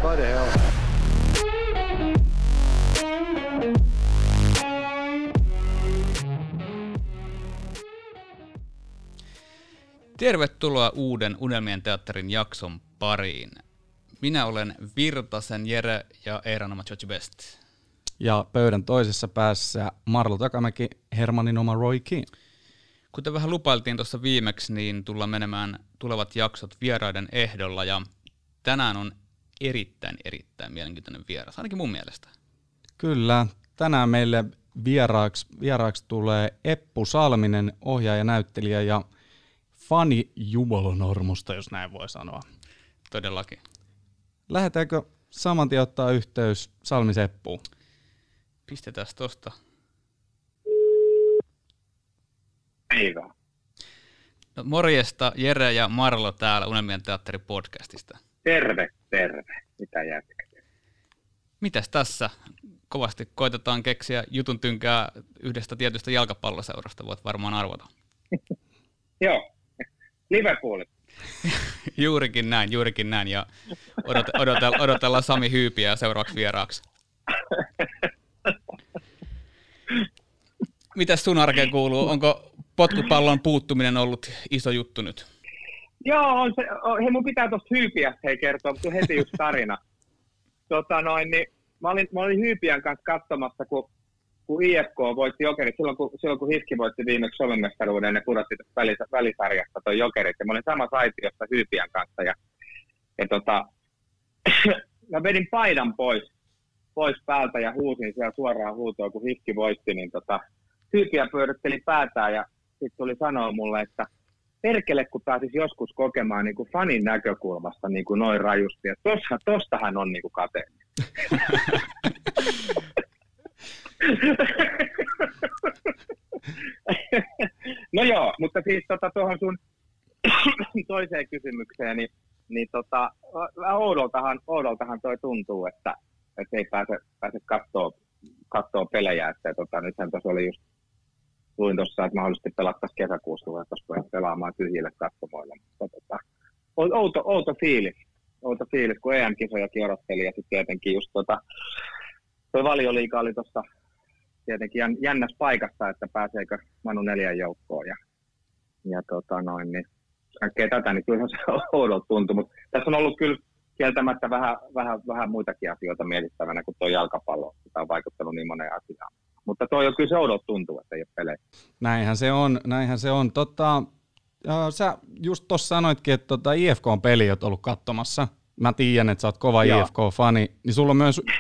Bud hell. Tervetuloa uuden Unelmien teatterin jakson pariin. Minä olen Virtasen Jere ja Eeran oma George Best. Ja pöydän toisessa päässä Marlo Takamäki, Hermannin oma Roy Keane. Kuten vähän lupailtiin tuossa viimeksi, niin tullaan menemään tulevat jaksot vieraiden ehdolla. Ja tänään on erittäin mielenkiintoinen vieras, ainakin mun mielestä. Kyllä, tänään meille vieraaksi tulee Eppu Salminen, ohjaaja, näyttelijä ja fani Jumalonormusta, jos näin voi sanoa. Todellakin. Lähdetäänkö saman tien ottaa yhteys Salmisen Eppuun? Pistetään tosta. Päivää. No, morjesta, Jere ja Marlo täällä Unelmien teatterin podcastista. Terve. Mitä jätkä? Mitäs tässä? Kovasti koitetaan keksiä jutun tynkää yhdestä tietystä jalkapalloseurasta, voit varmaan arvata. Joo, Liverpool. Juurikin näin, ja odotellaan Sami Hyypiä seuraavaksi vieraaksi. Mitäs sun arkeen kuuluu? Onko potkupallon puuttuminen ollut iso juttu nyt? Joo, on se. Hei, mun pitää tuosta Hyypiästä kertoa, mutta heti just tarina. Niin, mä olin Hyypiän kanssa katsomassa, kun IFK voitti Jokerit. Silloin kun HIFK voitti viimeksi Suomen mestaruuden, ne pudotti tästä välisarjasta toi Jokerit. Ja mä olin samassa aitiossa Hyypiän kanssa. Ja mä vedin paidan pois päältä ja huusin siellä suoraan huutoa, kun HIFK voitti, niin Hyypiä pyöritteli päätään ja sitten tuli sanoa mulle, että perkele, kun pääsis joskus kokemaan niin kuin fanin näkökulmasta niin kuin noin rajusti, ja tostahan on niin kuin kateellinen. No joo, mutta siis tuohon sun toiseen kysymykseen, niin oudoltahan toi tuntuu, että ei pääse kattoo pelejä, että nythän tuossa oli just luin tuossa, että mahdollisesti pelattaisiin kesäkuussa, kun tuossa pelaamaan tyhjille katsomoille. Mutta outo fiilis, kun EM-kisojakin odotteli, ja sitten tietenkin just tuo Valioliiga oli tuossa tietenkin jännässä paikassa, että pääseekö Manu 4 joukkoon, ja niin kaikkea tätä, niin kyllä se oudolta tuntui, mutta tässä on ollut kyllä kieltämättä vähän muitakin asioita mietittävänä kuin tuo jalkapallo, sitä on vaikuttanut niin moneen asiaan. Mutta toi on kyllä se oudolta tuntuu, että ei ole pelejä. Näinhän se on. Sä just tuossa sanoitkin, että IFK-peli oot ollut katsomassa. Mä tiedän, että sä oot kova IFK-fani. Niin sulla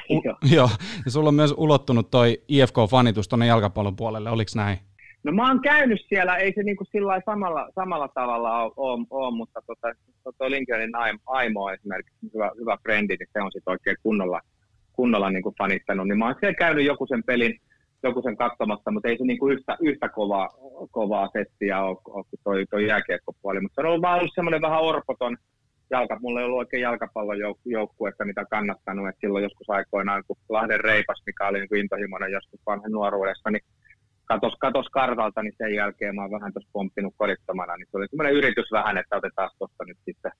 on myös ulottunut toi IFK-fanitus tuonne jalkapallon puolelle. Oliko näin? No mä oon käynyt siellä, ei se niinku sillä samalla tavalla ole, mutta toi Lindgrenin Aimo on esimerkiksi hyvä frendi, niin se on sit oikein kunnolla niinku fanittanut. Niin mä oon siellä käynyt joku sen katsomassa, mutta ei se niinku yhtä kovaa settiä ole kuin toi jääkiekkopuoli. Mutta se on ollut semmoinen vähän orpoton mulla ei ollut oikein jalkapallojoukkuetta, mitä kannattanut. Et silloin joskus aikoinaan, kun Lahden Reipas, mikä oli niinku intohimoinen joskus vanhan nuoruudessa, niin katos kartalta, niin sen jälkeen mä oon vähän tuossa pomppinut kodittomana. Niin se oli semmoinen yritys vähän, että otetaan tuosta nyt sitten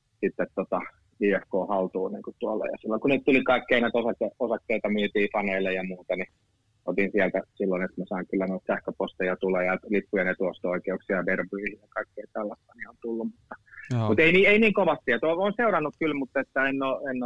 IFK haltuun niin kuin tuolla. Ja silloin kun nyt tuli kaikkea näitä osakkeita myytiin faneille ja muuta, niin otin sieltä silloin, että mä saan kyllä noita sähköposteja tulee ja lippujen etuosto-oikeuksia derbyihin ja kaikkea tällaista niin on tullut. Mutta ei niin kovasti. Ja olen seurannut kyllä, mutta että en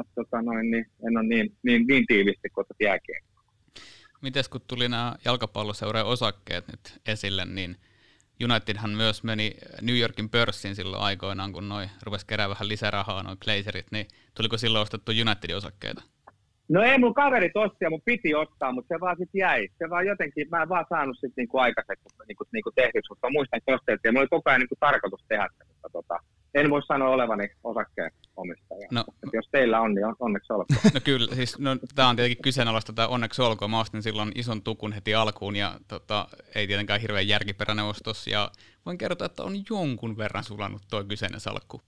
ole niin tiivisti kuin jääkiekko. Mites kun tuli nämä jalkapalloseurojen osakkeet nyt esille, niin Unitedhan myös meni New Yorkin pörssiin silloin aikoinaan, kun noi rupesi kerää vähän lisärahaa, noi Glazerit, niin tuliko silloin ostettu Unitedin osakkeita? No ei, mun kaverit osti ja mun piti ottaa, mutta se vaan sitten jäi. Se vaan jotenkin, mä en vaan saanut sitten niinku aikaiseksi niinku tehdyksi, mutta muistan, että osteltiin ja mulla oli koko ajan niinku tarkoitus tehdä se, mutta en voi sanoa olevani osakkeen omistaja. No, jos teillä on, niin onneksi olkoon. No kyllä, siis tämä on tietenkin kyseenalaista, tämä onneksi olkoon. Mä ostin silloin ison tukun heti alkuun ja ei tietenkään hirveän järkiperäinen ostos. Ja voin kertoa, että on jonkun verran sulanut tuo kyseinen salkku.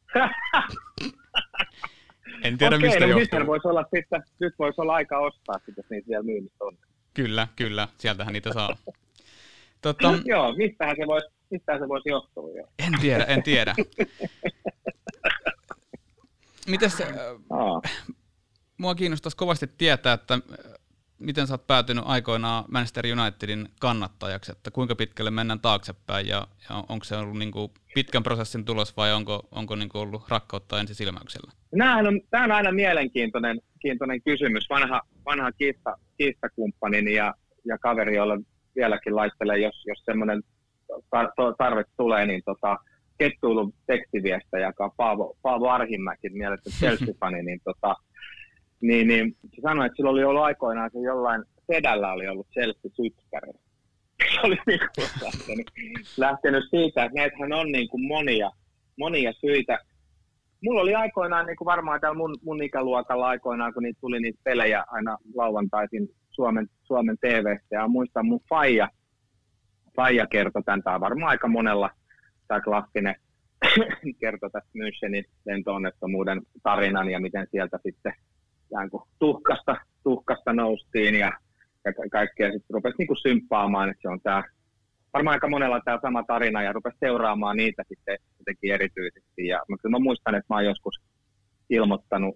En tiedä, mistä johtuu. Nyt voisi olla aika ostaa, jos niitä vielä myynnissä on. Kyllä, sieltähän niitä saa. Joo, mistähän se voisi johtua? Jo? En tiedä. Mites mua kiinnostaisi kovasti tietää, että miten sä oot päätynyt aikoinaan Manchester Unitedin kannattajaksi, että kuinka pitkälle mennään taaksepäin ja onko se ollut niin kuin pitkän prosessin tulos vai onko niin kuin ollut rakkautta ensisilmäyksellä? Tämä on aina mielenkiintoinen kysymys. Vanha kiistakumppanini ja kaveri, jolle vieläkin laittelee, jos semmoinen tarve tulee, niin kettuilun tekstiviestejä, joka on Paavo Arhimäki, mieletön Chelsea-fani, niin se sanoi, että sillä oli ollut aikoinaan, se jollain sedällä oli ollut Chelsea-sytkäri. Se oli lähtenyt siitä, että näitähän on niin kuin monia syitä. Mulla oli aikoinaan niin kuin varmaan täällä mun ikäluokalla aikoinaan, kun tuli niitä pelejä aina lauantaisin Suomen TV:stä, ja muistan mun faija kertoi tämän, tämä varmaan aika monella tämä klassinen kertoi tästä Münchenin lentoonnettomuuden tarinan ja miten sieltä sitten tuhkasta noustiin ja kaikkea sitten rupesi niinku symppaamaan, että se on tämä varmaan aika monella tämä sama tarina ja rupesi seuraamaan niitä sitten jotenkin erityisesti. Ja mä muistan, että mä oon joskus ilmoittanut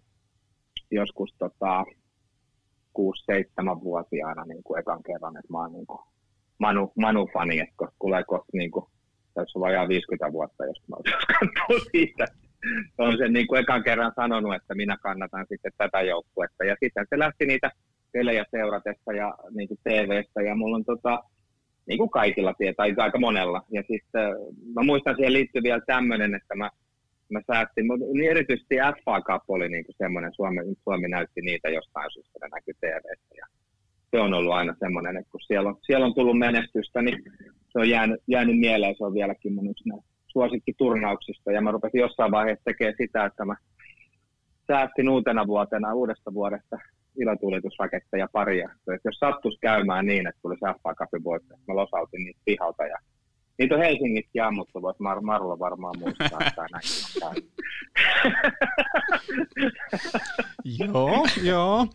6-7-vuotiaana niin kuin ekan kerran, että mä oon niin kuin Manu-fani, että niin kuin, tässä on vajaa 50 vuotta, jos mä oon siitä. On sen niin kuin ekan kerran sanonut, että minä kannatan sitten tätä joukkuetta. Ja sitten se lähti niitä pelejä seuratessa ja niin kuin TV:stä ja mulla on niin kuin kaikilla tai aika monella. Ja sitten mä muistan siihen liittyy vielä tämmöinen, että mä säästin, niin erityisesti FA Cup oli niin kuin semmoinen, Suomi näytti niitä jostain syystä, ne näkyi TV:stä. Ja se on ollut aina semmoinen, että kun siellä on tullut menestystä, niin se on jäänyt mieleen, se on vieläkin mun yksi suosikkiturnauksista. Ja mä rupesin jossain vaiheessa tekemään sitä, että mä säästin uudesta vuodesta ilotulitusraketteja paria. Että jos sattuisi käymään niin, että tuli FA Cupin voitto, mä losautin niitä pihalta. Ja niitä on Helsingissäkin ammuttu, voisi Marlo varmaan muistaa, että näin on käynyt. Joo.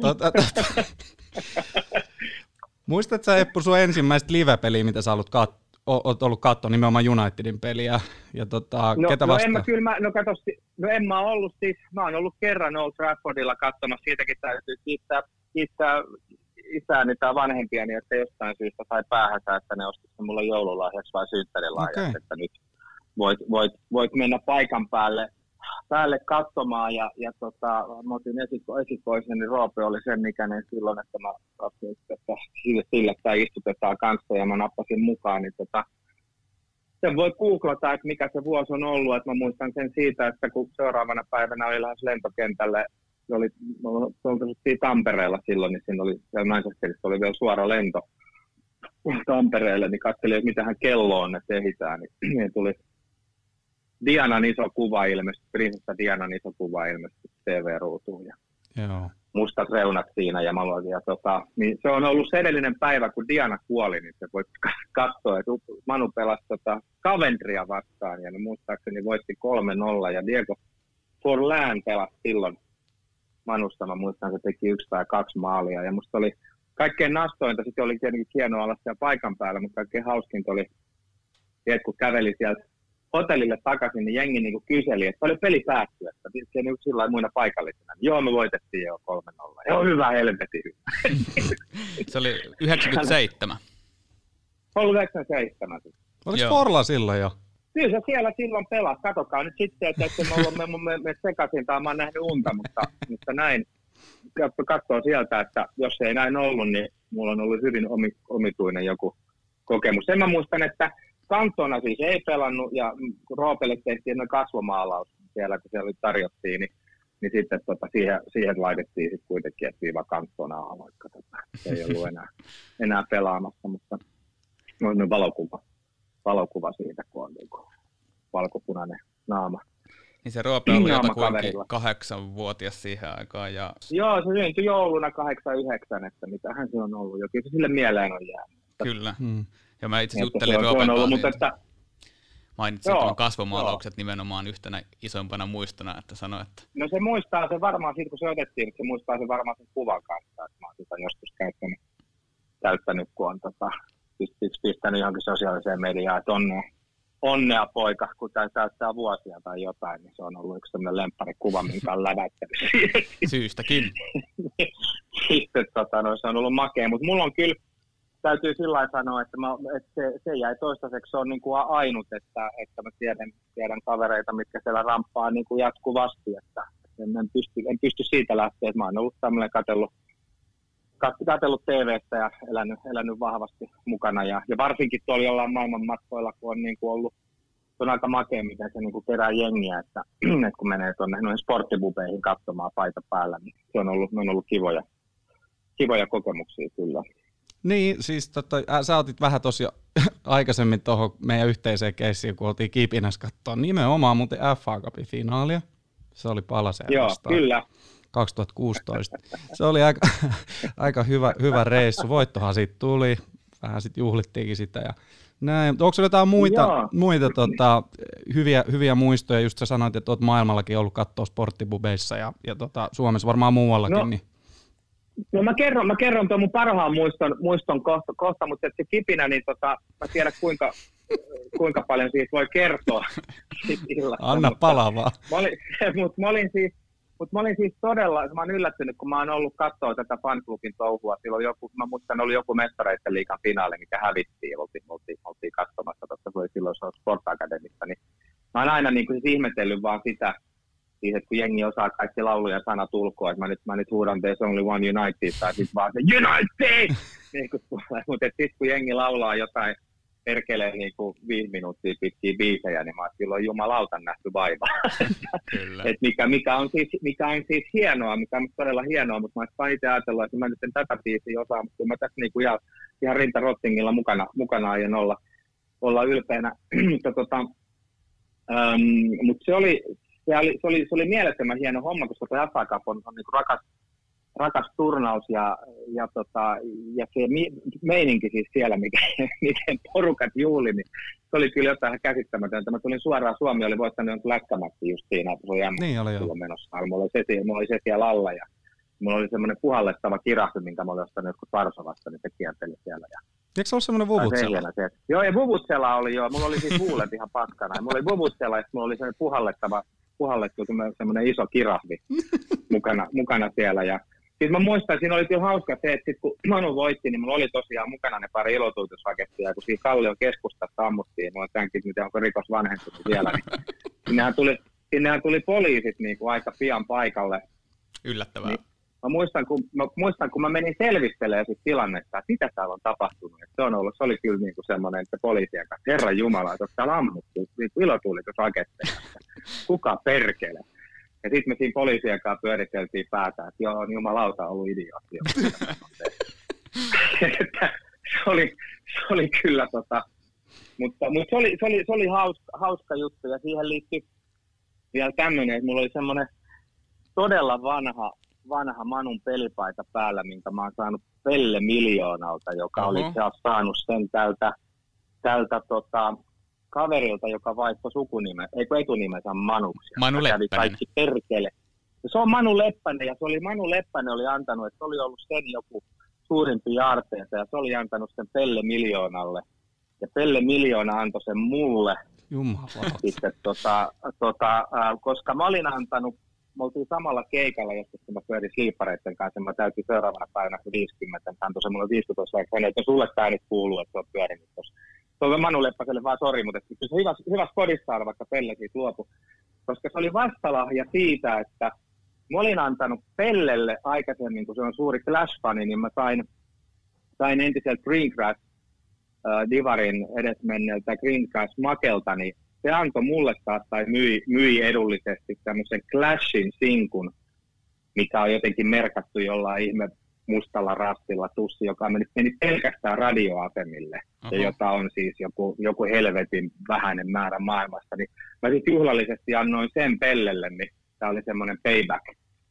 Muistatko sä, Eppu, sun ensimmäistä live-peliä, mitä sä oot ollut katsoa, nimenomaan Unitedin peliä? Ja ketä vastaan? En mä ollut siis, mä oon ollut kerran Old Traffordilla katsomassa, siitäkin täytyy kiittää isääni tai vanhempiani, että jostain syystä sai päähänsä, että ne ostivat mulle joululahjaksi vai synttärilahjaksi, että nyt voit mennä paikan päälle katsomaan ja mä otin esikoiseni, Roope oli sen ikäinen silloin, että mä katsoin, että sille tämä istutetaan kanssa ja mä nappasin mukaan, niin sen voi googlata, että mikä se vuosi on ollut, että mä muistan sen siitä, että kun seuraavana päivänä oli lähes lentokentälle, oltiin Tampereella silloin, niin siinä oli Manchesterissa oli vielä suora lento Tampereelle, niin katselin, että mitähän kello on, että ehditään, niin tuli Dianan iso kuva ilmestyi, prinsessa Dianan iso kuva ilmestyi TV-ruutuun ja mustat reunat siinä ja niin se on ollut se edellinen päivä, kun Diana kuoli, niin se voit katsoa, että Manu pelasi Coventryä vastaan ja ne muistaakseni voitti 3-0 ja Diego Forlán pelasi silloin Manusta, mä muistan, se teki 1 tai 2 maalia ja musta oli kaikkein nastointa, sitten oli tietenkin hienoa olla siellä paikan päällä, mutta kaikkein hauskinta oli, että kun käveli sieltä hotellille takaisin, niin jengi niinku kyseli, että paljon peli päättyi, että niin sillä muina paikallisena. Joo, me voitettiin jo 3-0. Joo, hyvä, helvetin hyvä. Se oli 97. Ollut 97. Oliko Forla silloin jo? Kyllä se siellä silloin pelasi. Katsokaa nyt sitten, että me sekaisin tai mä oon nähnyt unta, mutta näin. Katsoo sieltä, että jos ei näin ollut, niin mulla on ollut hyvin omituinen joku kokemus. Sen mä muistan, että Kantona siis ei pelannut, ja kun Roopelle tehtiin kasvomaalaus siellä, kun siellä tarjottiin, niin sitten siihen laitettiin sitten kuitenkin, että viiva Kantonaa, vaikka se ei ollut enää pelaamassa, mutta on valokuva siitä, kun on niin valkopunainen naama. Niin se Roope oli jotakuinkin 8-vuotias siihen aikaan. Ja... Joo, se syntyi jouluna 89, että mitähän se on ollut, jokin se sille mieleen on jäänyt. Kyllä. Ja mä itse juttelin Roopen kanssa, mainitsin tuon kasvomaalaukset nimenomaan yhtenä isompana muistona, että sanoi, että... No se muistaa se varmaan, siitä kun se otettiin, että se muistaa se varmaan sen kuvan kanssa, että mä oon sitä joskus käyttänyt kun on pistänyt johonkin sosiaaliseen mediaan, että onnea poika, kun tämä täyttää vuosia tai jotain, niin se on ollut yksi sellainen lempparikuva, minkä on lävättänyt. Syystäkin. Sitten se on ollut makea, mutta mulla on kyllä, täytyy sillä lailla sanoa, että se jäi toistaiseksi, se on niin kuin ainut, että mä tiedän kavereita, mitkä siellä ramppaa niin kuin jatkuvasti, että en pysty siitä lähteä, että mä oon ollut tämmöinen katsellut TV:stä ja elänyt vahvasti mukana. Ja varsinkin tuolla jollain maailmanmatkoilla, kun on niin kuin ollut, se on aika makea, miten se niin kuin kerää jengiä, että kun menee tuonne noihin sporttibubeihin katsomaan paita päällä, niin se on ollut kivoja kokemuksia kyllä. Niin, siis sä otit vähän tosiaan aikaisemmin tuohon meidän yhteiseen keissiin, kun oltiin Kipinässä katsoa nimenomaan muuten FA Cupin finaalia. Se oli Palaseen vastaan. Joo, kyllä. 2016. Se oli aika hyvä reissu. Voittohan siitä tuli. Vähän sitten juhlittiinkin sitä. Ja näin. Onko sinulla jotain muita hyviä muistoja? Just sä sanoit, että olet maailmallakin ollut katsoa sporttibubeissa ja Suomessa varmaan muuallakin. Niin. No mä kerron tuon mun parhaan muiston kohta, mutta se Kipinä, niin mä tiedän kuinka paljon siitä voi kertoa. Anna palavaa. Mä olin siis todella, mä oon yllättynyt, kun mä oon ollut katsoa tätä fanklubin touhua. Silloin mä muistan, oli joku Mestareiden liigan finaali, mikä hävittiin. Oltiin katsomassa, se oli silloin Sport Academista. Niin mä oon aina niin kuin siis ihmetellyt vaan sitä, että kun jengi osaa kaikki lauluja ja sanat ulkoa, että mä nyt huudan There's Only One United, tai sitten vaan se United! Niin mutta sitten kun jengi laulaa jotain perkeleen niin kuin 5 minuuttia pitkiä biisejä, niin mä oon silloin jumalautan nähty vaivaa. mikä on siis hienoa, mikä on todella hienoa, mutta mä oon itse ajatellut, että mä nyt en tätä biisiä osaa, mutta mä tässä niin kuin ihan rintarottingilla mukana aion olla ylpeänä. Mutta se oli mielettömän hieno homma, koska tuo FA Cup on niin kuin rakas turnaus ja se meininki siis siellä, miten porukat juhli, niin se oli kyllä jotain käsittämätöntä. Mä tulin suoraan, Suomi oli voittanut jonkun lätkämätti just siinä, kun se oli M menossa. Mulla oli se siellä alla ja mulla oli semmoinen puhallettava kirahvi, minkä mä olin ostanut jotkut Varsovasta, niin se kierteli siellä. Eikö se ollut semmoinen vuvutsela? Joo, ja vuvutsela oli joo. Mulla oli siis huulet ihan paskana. Ja mulla oli vuvutsela ja mulla oli semmoinen puhallettu semmoinen iso kirahvi mukana siellä. Ja sitten mä muistan, että siinä oli kyllä hauska se, että sit kun Manu voitti, niin mulla oli tosiaan mukana ne pari ilotuutusrakettia. Ja kun siinä Kallion keskustassa ammuttiin, mulla tämänkin, miten onko rikos vanhentunut siellä, niin sinnehän tuli poliisit niin kuin aika pian paikalle. Yllättävää. Niin, Mä muistan, kun mä menin selvistelemään sit tilannetta, että mitä täällä on tapahtunut. Se oli kyllä niinku semmoinen, että poliisien kanssa, Herran Jumala, että täällä ammuttiin niinku ilotulitusraketteja. Kuka perkele? Ja sitten me siinä poliisien kanssa pyöriteltiin päätä, että joo, on jumalauta ollut idiootti. se oli kyllä mutta se oli hauska juttu ja siihen liittyi vielä tämmöinen, että mulla oli semmoinen todella vanha Manun pelipaita päällä, minkä mä oon saanut Pelle Miljoonalta, joka oli saanut sen tältä kaverilta, joka vaihtoi etunimensä Manuksi. Manu Leppänen. Kaikki perkele. Ja se on Manu Leppänen, ja se oli Manu Leppänen oli antanut, että se oli ollut sen joku suurimpia aarteita, ja se oli antanut sen Pelle Miljoonalle. Ja Pelle Miljoona antoi sen mulle. Sitten, koska mä olin antanut, me oltiin samalla keikalla, joskus kun mä pyörin sliippareiden kanssa, mä täytin seuraavana päivänä 50, hän antoi se mulle 15 vaikka, että sulle tää nyt kuuluu, että sä oot pyörinyt tuossa. Se on Manu Leppäselle vaan sori, mutta kyllä se hyvä kodissa vaikka Pelle siitä luopui. Koska se oli vastalahja siitä, että mä olin antanut Pellelle aikaisemmin, kun se on suuri Clash-fani, niin mä sain entiseltä Greengrass Divarin edesmenneeltä Greengrass Makelta, niin se antoi mulle taas tai myi edullisesti tämmöisen Clashin sinkun, mikä on jotenkin merkattu jollain ihme mustalla rastilla tussi, joka meni pelkästään radioasemille, ja jota on siis joku helvetin vähäinen määrä maailmassa. Niin mä sitten juhlallisesti annoin sen Pellelle, niin tämä oli semmoinen payback.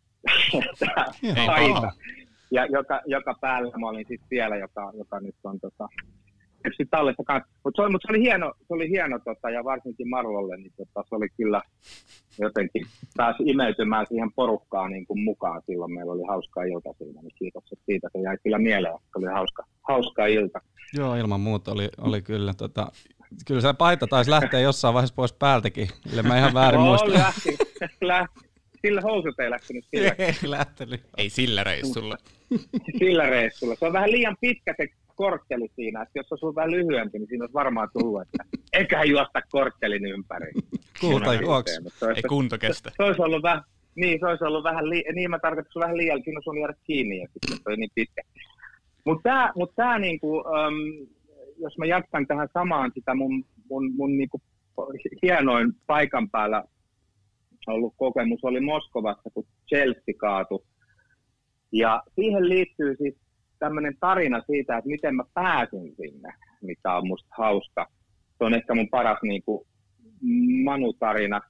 Ja joka päällä mä olin sitten siellä, joka nyt on tallessa kanssa. Mutta se oli hieno ja varsinkin Marlolle, niin se oli kyllä jotenkin pääsi imeytymään siihen porukkaan niin kuin mukaan silloin. Meillä oli hauska ilta siinä, niin kiitokset siitä. Se jäi kyllä mieleen, että oli hauska ilta. Joo, ilman muuta oli kyllä Kyllä se paita taisi lähteä jossain vaiheessa pois päältäkin, ille mä ihan väärin muistan. Lähti. Sillä housut ei lähtenyt sillä. Ei lähtenyt. Ei sillä reissulla. Sillä reissulla. Se on vähän liian pitkä se kortteli siinä, että jos se on vähän lyhyempi, niin siinä olisi varmaan tullut, että eiköhän juosta korttelin ympäri. Kulta juoksi. Ei kunto kestä. Se olisi ollut vähän, niin niin mä tarkoitan, että se on vähän liian, siinä on jäädä kiinni, ja sitten se on niin pitkä. Mutta tää niinku, jos mä jatkan tähän samaan sitä mun niinku hienoin paikan päällä ollut kokemus oli Moskovassa, kun Chelsea kaatui. Ja siihen liittyy siis tämmöinen tarina siitä, että miten mä pääsin sinne, mikä on musta hauska. Se on ehkä mun paras niinku Manu-tarina.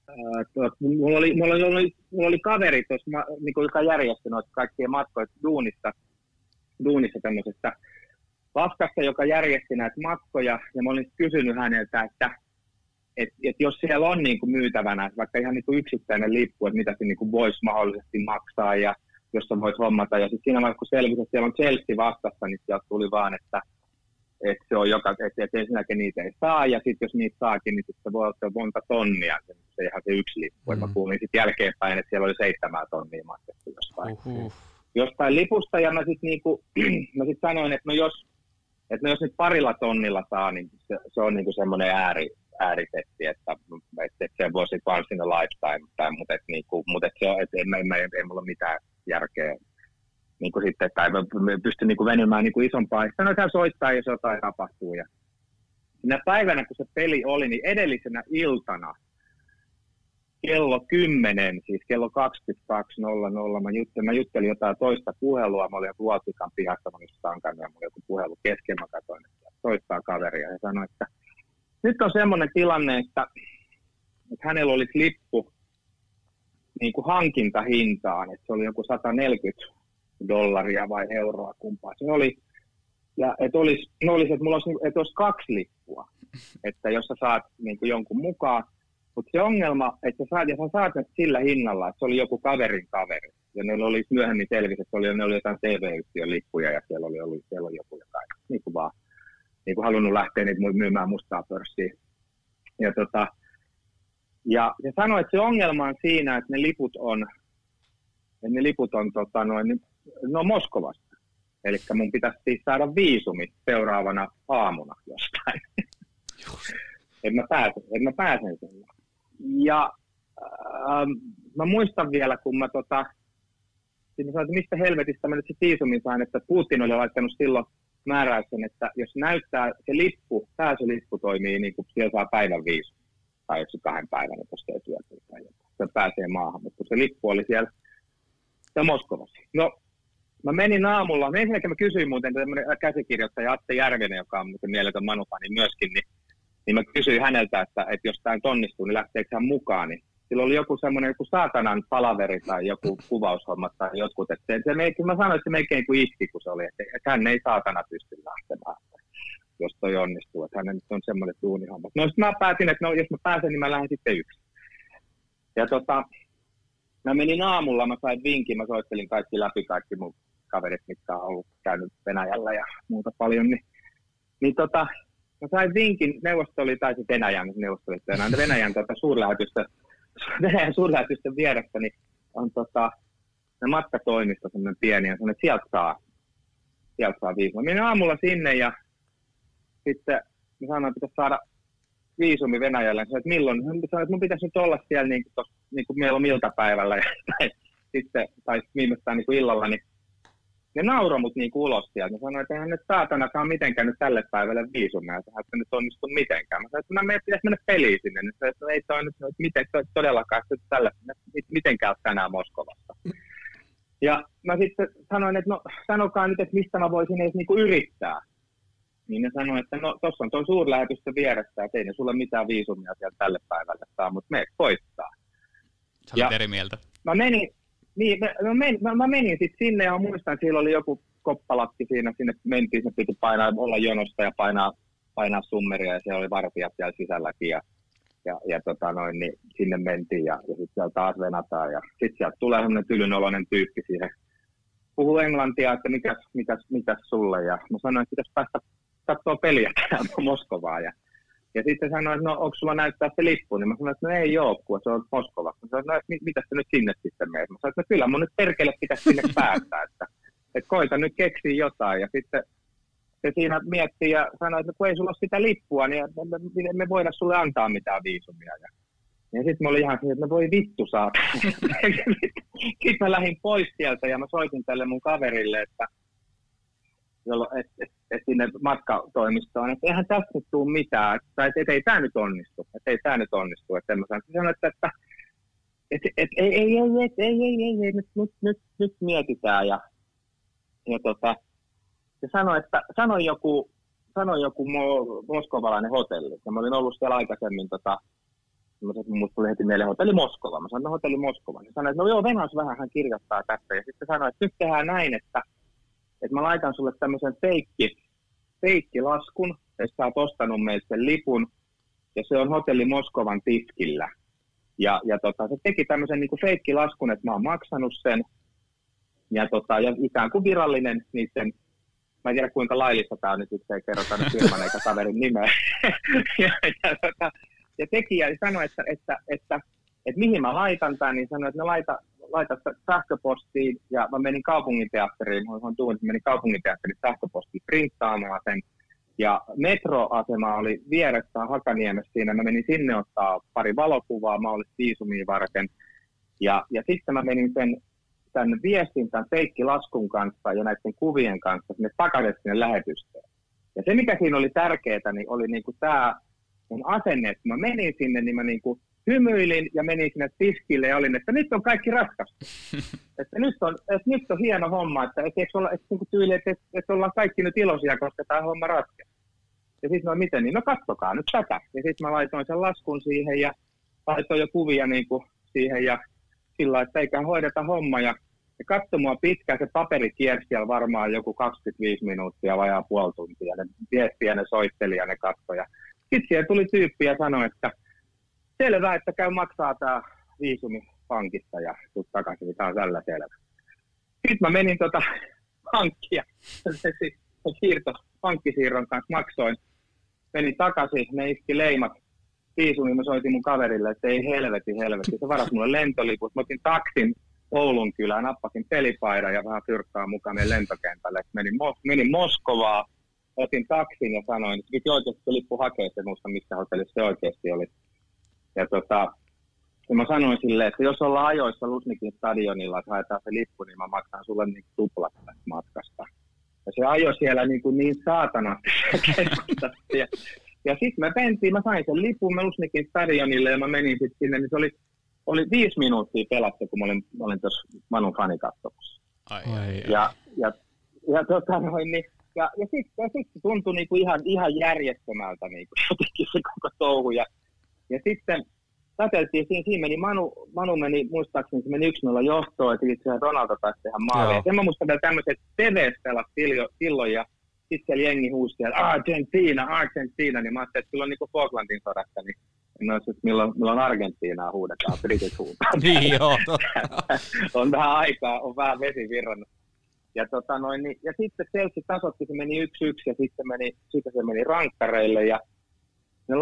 Mulla oli kaveri tuossa, niinku, joka järjesti noita kaikkia matkoja duunissa tämmöisestä Vaskassa, joka järjesti näitä matkoja. Ja mä olin kysynyt häneltä, että jos siellä on niinku myytävänä, vaikka ihan niinku yksittäinen lippu, että mitä se niinku voisi mahdollisesti maksaa ja jos sä voit hommata. Ja sitten siinä vaiheessa, kun selvisi, että siellä on Chelsea vastassa, niin sieltä tuli vaan, että se on että ensinnäkin niitä ei saa, ja sitten jos niitä saakin, niin sitten se voi olla monta tonnia, se ihan se yksi lippu. Mä kuulin sitten jälkeenpäin, että siellä oli 7 tonnia maksettu jostain lipusta, ja mä sitten sanoin, että jos nyt 2 tonnilla saa, niin se on niinku semmoinen äärisetti, että se voisi once in a lifetime, mutta ei mulla mitään järkeä niinku sitten, että ei pysty niinku venymään niinku isompaa. Sanoin, että hän soittaa, jos jotain tapahtuu. Ja sinä päivänä, kun se peli oli, niin edellisenä iltana kello 10, siis kello 22.00, mä juttelin jotain toista puhelua. Mä olin joku Luotsikan pihassa, mä olin tankannut ja mulla oli joku puhelu kesken. Mä katsoin, että soittaa kaveria ja sanoi, että nyt on semmoinen tilanne, että hänellä olisi lippu niin kuin hankintahintaan, että se oli joku $140 vai euroa, kumpaa se oli. Ja että mulla olisi 2 lippua, että jos sä saat niin kuin jonkun mukaan. Mutta se ongelma, että sä saat ne sillä hinnalla, että se oli joku kaverin kaveri. Ja ne oli myöhemmin selvisi, että ne oli jotain TV-yhtiön lippuja ja siellä oli joku jotain, niin kuin vaan niin kuin halunnut lähteä niitä myymään mustaa pörssiin. Ja se sanoi, että se ongelma on siinä, että ne liput on Moskovasta. Eli mun pitäisi siis saada viisumi seuraavana aamuna jostain. että mä pääsen sinne. Ja mä muistan vielä, kun mä siinä sanoin, että mistä helvetistä mä nyt se viisumin sain, että Putin oli laittanut silloin määräyksen, että jos näyttää se lippu, pääsylippu toimii niin kuin siellä saa päivän viisumi. Tai jos 2 päivän, jos se ei työtä tai jotain. Se pääsee maahan, mutta se lippu oli siellä Moskovassa. No, mä menin aamulla, ensinnäkin mä kysyin muuten tämmöinen käsikirjoittaja Atte Järvinen, joka on muuten mieletön Manu-fani myöskin, niin mä kysyin häneltä, että jos tämä nyt onnistuu, niin lähteekö hän mukaan, niin sillä oli joku saatanan palaveri tai joku kuvaushomma tai jotkut, että mä sanoin, että se melkein kuin iski, kun se oli, että hän ei saatana pysty lähtemään, jos toi onnistuu, että hänen on semmoinen duunihomma. No sitten mä päätin, että jos mä pääsen, niin mä lähden sitten yksin. Ja mä menin aamulla, mä sain vinkin, mä soittelin kaikki mun kaverit, mitkä on ollut käynyt Venäjällä ja muuta paljon, niin mä sain vinkin, Venäjän suurlähetystön vieressä, niin on matkatoimisto semmoinen pieni, ja sanoi, että sieltä saa viisumi. Menin aamulla sinne, ja sitten mä sanoin, että pitäisi saada viisumi Venäjälle. Sanoin, että milloin? Sanoin, että mun pitäisi nyt olla siellä niin kuin meillä on iltapäivällä, tai viimeistään niin kuin illalla, niin ne nauroi mut niinku ulos sieltä. Mä sanoin, että eihän nyt saatanakaan mitenkään nyt tälle päivälle viisumia, että nyt onnistu mitenkään. Mä sanoin, että meidän pitäisi mennä peliin sinne. Nyt ei toi nyt miten todellakaan tälle mitenkään tänään Moskovassa. Ja mä sitten sanoin, että no sanokaa nyt, että mistä mä voisin edes niinku yrittää. Niin ne sanoi, että no tossa on tuo suurlähetystö vieressä, että ei ne sulle mitään viisumia siellä tälle päivälle saa, mutta me koittaa. Sä olet eri mieltä. Mä menin sitten sinne ja muistan, että siellä oli joku koppalakki siinä, sinne mentiin, sinne piti olla jonosta ja painaa summeria ja siellä oli vartijat siellä sisälläkin niin sinne mentiin ja sitten siellä taas venataan ja sitten sieltä tulee semmoinen tylynoloinen tyyppi siihen. Puhuu englantia, että mikäs sulle ja mä sanoin, että pitäisi päästä katsoa peliä täällä Moskovaa ja Ja sitten sanoin, että no onko sulla näyttää se lippu, niin mä sanoin, että no ei ole, kun se on Moskova. Mä sanoin, että no mitä sä nyt sinne sitten meet? Mä sanoin, että no kyllä mun nyt perkele pitäisi sinne päästä, että koita nyt keksiä jotain. Ja sitten se siinä miettii ja sanoi, että kun ei sulla ole sitä lippua, niin me voida sulle antaa mitään viisumia. Ja sitten mä olin ihan siinä, että no voi vittu saada. Sitten mä lähdin pois sieltä ja mä soitin tälle mun kaverille, että sinne matkatoimistoon, että eihän tässä nyt tule mitään, tai että ei tämä nyt onnistu, että ei tämä nyt onnistu. Että mä sanoin, että ei, nyt mietitään. Ja sanoi joku moskovalainen hotelli, ja mä olin ollut siellä aikaisemmin, musta tuli heti mieleen hotelli Moskova. Mä sanoin, no hotelli Moskova. Niin sanoin, että no joo, Venäjäs vähän hän kirjoittaa tästä. Ja sitten sanoi, että nyt tehdään näin, että mä laitan sulle tämmöisen feikkilaskun, että sä oot ostanut meiltä sen lipun, ja se on hotelli Moskovan tiskillä. Ja se teki tämmöisen niin kuin feikkilaskun, että mä oon maksanut sen, ja ikään kuin virallinen niiden, mä en tiedä kuinka laillista tää on nyt, että ei kerrota nyt firman eikä kaverin nimeä. Ja tekijä sanoi, että mihin mä laitan tämän, niin sanoi, että laita sähköpostiin, ja mä menin kaupunginteatteriin, menin kaupunginteatterin sähköpostiin printtaamaan sen, ja metroasema oli vieressä Hakaniemessä siinä, mä menin sinne ottaa pari valokuvaa, mä olin viisumia varten, ja sitten mä menin tämän viestin, tämän feikkilaskun kanssa ja näiden kuvien kanssa sinne takaisin sinne lähetystöön. Ja se, mikä siinä oli tärkeää, niin oli niinku tämä mun asenne, että mä menin sinne, niin mä niinku hymyilin ja menin sinne tiskille ja olin, että nyt on kaikki ratkaistu. että nyt on hieno homma, että ollaan kaikki nyt iloisia, koska tämä homma ratkaisi. Ja sitten no miten, niin no katsokaa nyt tätä. Ja sitten mä laitoin sen laskun siihen ja laitoin jo kuvia niinku siihen ja sillä, että eiköhän hoideta homma. Ja katso mua pitkään, se paperi kiersi siellä varmaan joku 25 minuuttia, vajaa puoli tuntia. Ne viesti ja ne soitteli ja ne katsoi. Sitten siellä tuli tyyppi ja sanoi, että selvä, että käy maksaa tämä viisumi pankista ja tuu takaisin, niin tämä on tällä selvä. Sitten mä menin pankkia, pankkisiirron kanssa maksoin, menin takaisin, ne iski leimat viisumiin, mä soitin mun kaverille, että ei helvetti, se varasi mulle lentoliput, mä otin taksin Oulun kylään, nappasin pelipaidan ja vähän fyrkkaa mukaan meidän lentokentälle, menin Moskovaan, otin taksin ja sanoin, että piti oikeasti se lippu hakea, että muista missä hotellissa se oikeasti oli. Ja mä sanoin silleen, että jos ollaan ajoissa Luzhnikin stadionilla, että haetaan se lippu, niin mä maksan sulle niin tuplat tästä matkasta. Ja se ajoi siellä niin saatanasti ja sitten mä sain sen lipun Luzhnikin stadionille ja mä menin sitten sinne, niin se oli 5 minuuttia pelattu, kun mä olin tuossa Manun fanikatsomassa. Ja sitten tuntui niinku ihan järjettömältä niinku jotenkin se koko touhu. Ja sitten katseltiin, siinä meni Manu meni, muistaakseni se meni 1-0 johtoon, että itse asiassa Ronaldo taisi tehdä maalia. Ja sen mä muistan vielä tämmöiset TV:ssä pelasi silloin, ja sitten siellä jengi huusi siellä, Argentina, niin mä ajattelin, että silloin niin kuin Falklandin sodassa, niin milloin Argentiinaa huudetaan, britit huutaa. Niin joo, on vähän aikaa, on vähän vesi virrannut. Ja sitten Chelsea tasoitti, se meni 1-1 ja sitten se meni rankkareille ja ne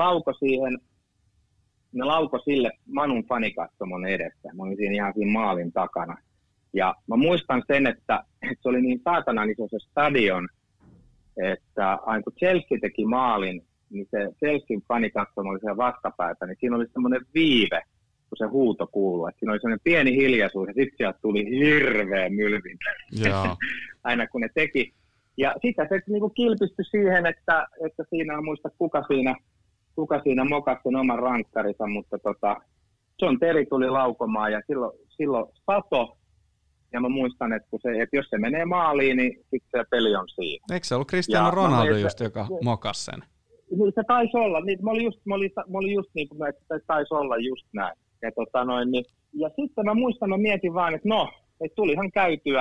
lauko sille Manun fanikatsomon edessä. Mä olin ihan siinä maalin takana. Ja mä muistan sen, että se oli niin saatanan iso se stadion, että aina kun Chelsea teki maalin, niin se Chelsean fanikatsomo oli siellä vastapäätä, niin siinä oli semmoinen viive, kun se huuto kuului. Siinä oli semmoinen pieni hiljaisuus ja sitten sieltä tuli hirveä mylvintä. Aina kun ne teki. Ja sitten se niinku kilpistyi siihen, että siinä on muista kuka siinä mokasi sen oman rankkarinsa, mutta John Terry tuli laukomaan ja silloin sato. Ja mä muistan, että jos se menee maaliin, niin sitten se peli on siinä. Eikö se ollut Cristiano Ronaldo just, joka mokasi sen? Niin se taisi olla. Niin, mä olin just niin kuin, että se taisi olla just näin. Ja sitten mä mietin vaan, että että tulihan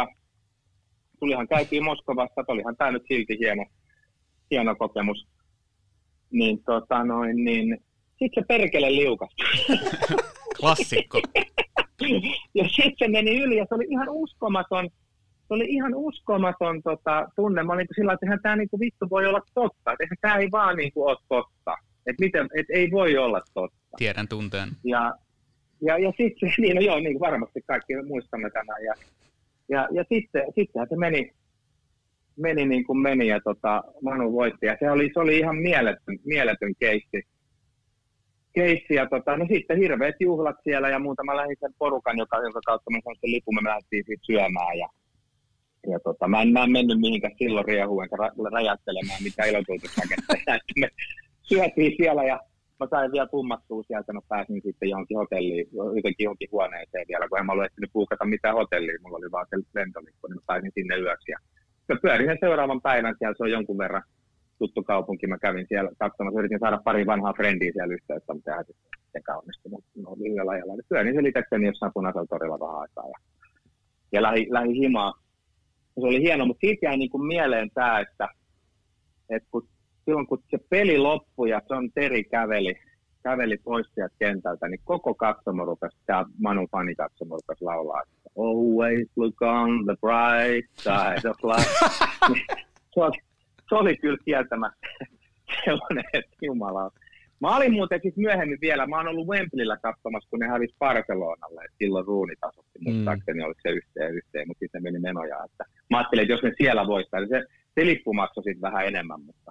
käytyä Moskovasta, että olihan tää nyt silti hieno kokemus. Niin sitten se perkele liukasti. Klassikko. Ja sitten se meni yli ja se oli ihan uskomaton tunne. Mä olin sillä, että eihän tämä niinku vittu voi olla totta. Että eihän tämä ei vaan niinku ole totta. Että ei voi olla totta. Tiedän tunteen. Ja sitten, niin no joo, niin varmasti kaikki muistamme tämän. Ja sittenhän se meni niin kuin meni ja Manu voitti. Ja se oli ihan mieletön keissi ja no sitten hirveät juhlat siellä ja muutama lähisen porukan, jonka kautta mä sain sen lipun, me lähdettiin siitä syömään ja mä en mennyt mihinkään silloin riehuun enkä räjättelemään mitään ilotulitusraketteja, että me syötiin siellä ja mä sain vielä pummattua sieltä, mä pääsin sitten johonkin hotelliin, jotenkin johonkin huoneeseen vielä, kun en mä ollut ehtinyt puukata mitään hotellia, mulla oli vaan se lentolippu, niin mä pääsin sinne yöksi ja mä pyörin sen seuraavan päivän siellä, se on jonkun verran tuttu kaupunki, mä kävin siellä katsomassa, yritin saada pari vanhaa frendiä siellä yhteyttä, mutta eihän se onnistunut, no lyhyellä ajalla. Pyörin se lisäkseni jossain Punaisella torilla vähän aikaa ja lähi himaa. Se oli hieno, mutta siitä jäi niin kuin mieleen tämä, että silloin kun se peli loppui ja John Terry käveli pois sieltä kentältä, niin koko katsomo rupesi, tämä Manu fanikatsomo rupesi laulaa, että always look on the bright side of life. Se oli kyllä kieltämättä sellainen, että jumala. Mä olin muuten siis myöhemmin vielä, mä oon ollut Wembleyllä katsomassa, kun ne hävisi Barcelonalle, että silloin Rooney tasoitti, muistaakseni oliko se yhteen, mutta sitten meni menoja. Että mä ajattelin, että jos ne siellä voittaa, niin se lippu maksoi sitten vähän enemmän, mutta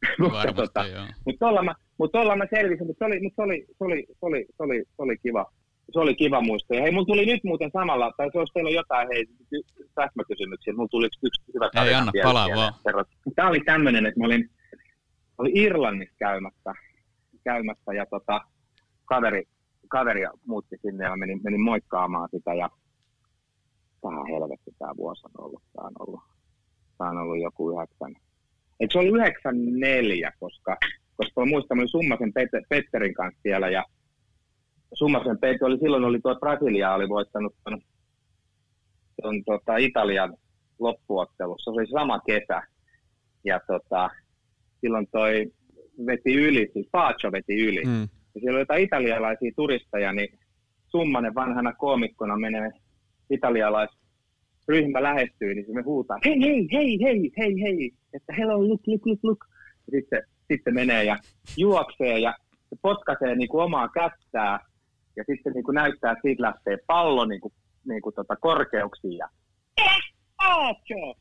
tuolla mä selvisin, mutta se oli kiva. Se oli kiva muisto. Ja hei, mulla tuli nyt muuten samalla, tai se olisi teillä jotain täsmäkysymyksiä, mulla tuli yksi hyvä tarina. Ei anna palaa vaan. Tämä oli tämmöinen, että mä olin Irlannissa käymässä ja kaveri muutti sinne ja menin moikkaamaan sitä ja tähän helvetti tämä vuosi on ollut. Tämä on ollut joku 9. Eikö se oli 94, koska mä muistan, mä olin Summasen Petterin kanssa siellä ja Summasen Petteri oli tuo Brasilia oli voittanut tuon Italian loppuottelussa. Se oli sama kesä ja silloin toi veti yli, siis Pacho veti yli. Ja siellä oli jotain italialaisia turisteja, niin Summanen vanhana koomikkona menee italialaisryhmä lähestyy, niin se me huutaa, hei, että hello, look. Ja sitten menee ja juoksee ja potkaisee niin kuin omaa kättää ja sitten niin kuin näyttää, että siitä lähtee pallo niin kuin korkeuksiin ja Pacho!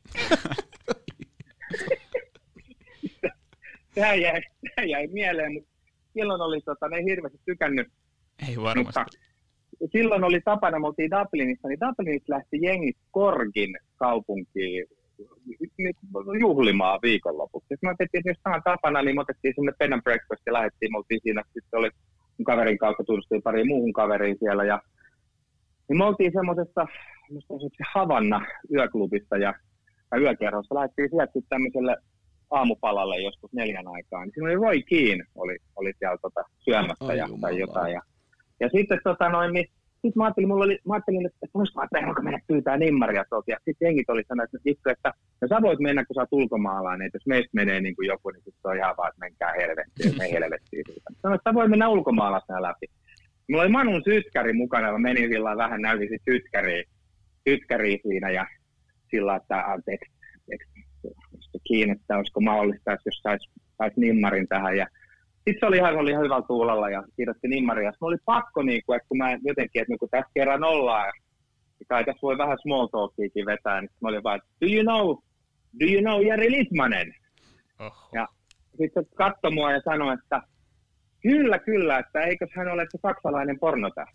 Tämä jäi mieleen, mutta silloin oli, ne ei hirveästi tykännyt. Ei varmasti. Mutta silloin oli tapana, me oltiin Dublinissa, niin Dublinissa lähti jengit Corkin kaupunkiin juhlimaan viikonlopuksi. Mä ajattelin, että jos tämä on tapana, niin me otettiin sinne bed and breakfast ja lähdettiin, me oltiin siinä, sitten oli mun kaverin kautta tutustiin pari muuhun kaveriin siellä. Ja, niin me oltiin semmoisessa Havanna yöklubissa tai yökerhossa, lähdettiin sieltä tämmöiselle aamupalalle joskus 4 aikaan, niin siinä oli Roy Keane oli siellä syömässä tai jotain. Ja sitten niin sit mä ajattelin, että voinko mennä pyytää nimmaria tuolta. Ja sitten jengit oli sanonut, että no sä voit mennä, kun sä oot ulkomaalainen, että jos meistä menee niin kuin joku, niin sitten se on ihan vaan, että menkää helvettiin, me helvettiin siitä. Sanoin, että sä voit mennä ulkomaalaisena läpi. Mulla oli Manun sytkäri mukana, mä menin sillä vähän näytin sytkäriä siinä ja sillä, että anteeksi kiinni, että olisiko mahdollista, jos sais nimmarin tähän. Ja sitten se oli ihan hyvällä tuulella ja kirjoitti nimmaria. Sitten oli pakko, että kun mä jotenkin, että kun tässä kerran ollaan, ja kai tässä voi vähän small talkiakin vetää, niin mä olin vaan, do you know Jari Litmanen? Ja sitten se katsoi mua ja sanoi, että kyllä, että eikös hän ole se saksalainen pornotähti.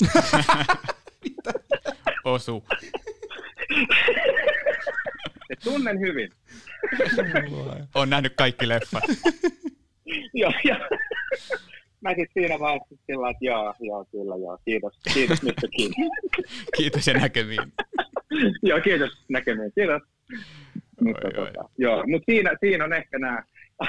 Osu. Ja tunnen hyvin. Olen nähnyt kaikki leffat. Joo. Mä sitten siinä vaiheessa sillä, että joo, kyllä, kiitos Mr. King. Kiitos ja näkemiin. Joo, kiitos näkemiin, kiitos. Mutta siinä on ehkä nämä.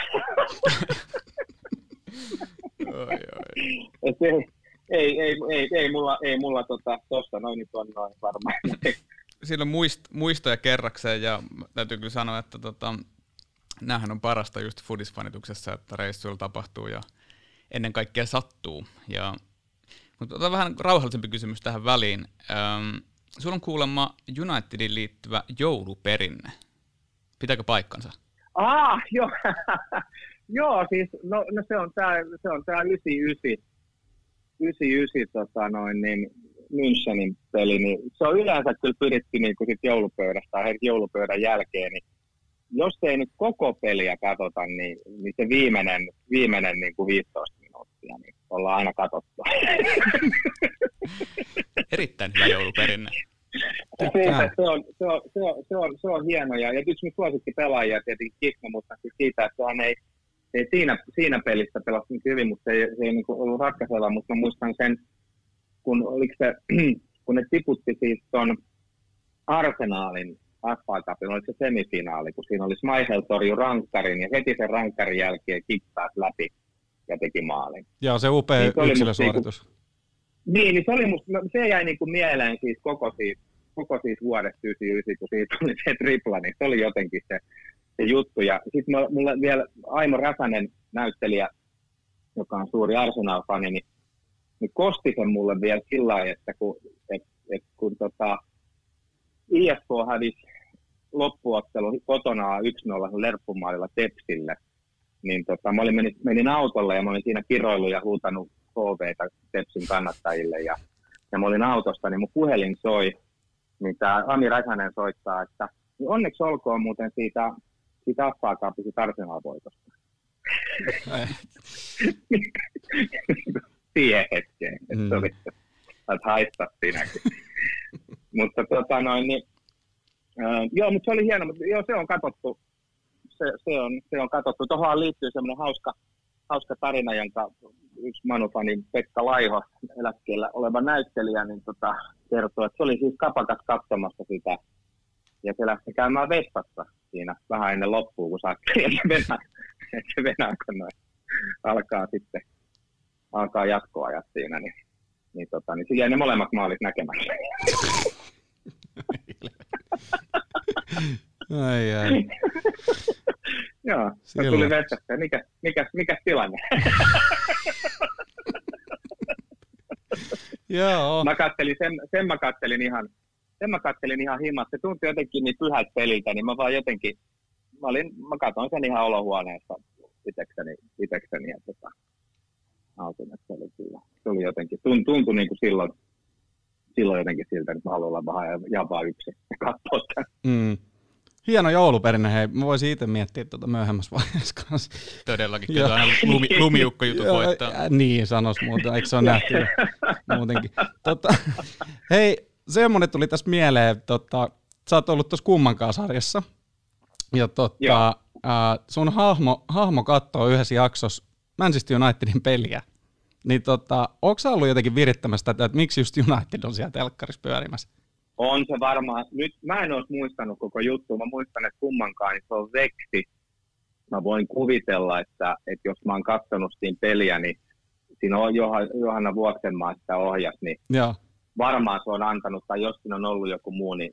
Ei mulla tosta noin nyt on noin varmaan. Siinä on muistoja kerrakseen ja täytyy kyllä sanoa, että näähän on parasta just foodisfanituksessa, että reissuilla tapahtuu ja ennen kaikkea sattuu. Mutta otan vähän rauhallisempi kysymys tähän väliin. Sulla on kuulemma Unitedin liittyvä jouluperinne. Pitääkö paikkansa? Joo. Joo, siis no se on tää 99 niin Münchenin peli, niin se on yleensä kyllä pyritty niin kuin sit joulupöydästä tai joulupöydän jälkeen, niin jos ei nyt koko peliä katsota, niin se viimeinen niin kuin 15 minuuttia, niin ollaan aina katsottu. Erittäin hyvä jouluperinne. Se on hieno, ja yksi mun suosikkipelaajia tietenkin Kikmo, mutta siitä, että hän ei siinä pelissä pelasi niin hyvin, mutta se ei niin kuin ollut ratkaiseva, mutta mä muistan sen, kun ne tiputti siis ton Arsenalin FA Cupin, oli se semifinaali, kun siinä oli Schmeichel torjui rankkarin ja heti sen rankkarin jälkeen kippasi läpi ja teki maalin. Joo, se upea niin yksilösuoritus. Niin se oli musta, se jäi niinku mieleen siis koko siitä vuodesta 99, kun siitä oli se tripla, niin se oli jotenkin se juttu. Ja sitten mulla vielä Aimo Räsänen näyttelijä, joka on suuri Arsenal-fani, niin kosti sen mulle vielä sillä lailla, että kun IFK hävisi loppuottelun kotona 1-0 lerppumaalilla Tepsille, niin mä menin autolle ja mä olin siinä kiroillut ja huutanut HV:tä Tepsin kannattajille ja mä olin autossa, niin mun puhelin soi, niin tää Ami Räsänen soittaa, että niin onneksi olkoon muuten siitä FA Cupin siitä Arsenal-voitosta. Siihen hetkeen, että se oli, että haistaa siinäkin. Mutta joo, mutta se oli hieno, mutta joo, se on katsottu. Se on katsottu. Tuohon liittyy semmoinen hauska tarina, jonka yksi Manu-fani Pekka Laiho, eläkkeellä oleva näyttelijä, niin kertoo, että se oli siis kapakas katsomassa sitä. Ja se lähti käymään vessassa siinä vähän ennen loppua, kun saatiin, että se venää, kun alkaa jatkoajat siinä, niin se jäi ne molemmat maalit näkemässä. Ai. Joo, se tuli vessasta. Mikäs tilanne? Joo. Mä kattelin ihan himas. Se tuntui jotenkin niin pyhältä peliltä, niin mä vaan jotenkin, mä katsoin sen ihan olohuoneessa itekseni ja autin, että se oli jotenkin, tuntui niin kuin silloin jotenkin siltä, että mä haluan olla vähän jabaa yksin ja katsoa tämän. Hieno jouluperinne, hei. Mä voisin itse miettiä myöhemmässä vaiheessa kanssa. Todellakin, kyllä aina lumiukko-jutut voittaa. Niin, sanois muuten, eikö se ole nähty muutenkin. Hei, semmoinen tuli tässä mieleen, sä oot ollut tuossa Kummankaan sarjassa, ja sun hahmo katsoo yhdessä jaksossa Manchester Unitedin peliä. Niin onko sä ollut jotenkin virittämässä tätä, että miksi just United on siellä telkkarissa pyörimässä? On se varmaan. Nyt mä en olisi muistanut koko juttua. Mä muistan, että Kummankaan niin se on veksi. Mä voin kuvitella, että jos mä oon katsonut siinä peliä, niin siinä on Johanna Vuoksenmaa sitä ohjasi, niin varmaan se on antanut, tai jos siinä on ollut joku muu, niin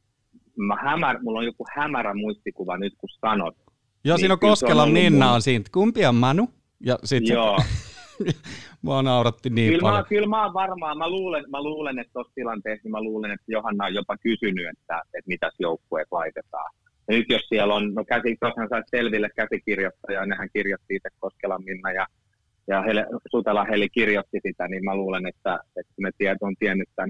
mulla on joku hämärä muistikuva nyt, kun sanot. Joo, niin siinä on Koskelan Ninna on siinä. Kumpi on Manu? Ja sit joo. Mua nauratti niin paljon. Kyllä mä varmaan, mä luulen, että tuossa tilanteessa, niin mä luulen, että Johanna on jopa kysynyt, että mitäs joukkueet laitetaan. Ja nyt jos siellä on, tuossahan saisi selville käsikirjoittaja, nehän kirjoitti itse Koskelan Minna ja Sutela Heli kirjoitti sitä, niin mä luulen, että me on tiennyt tämän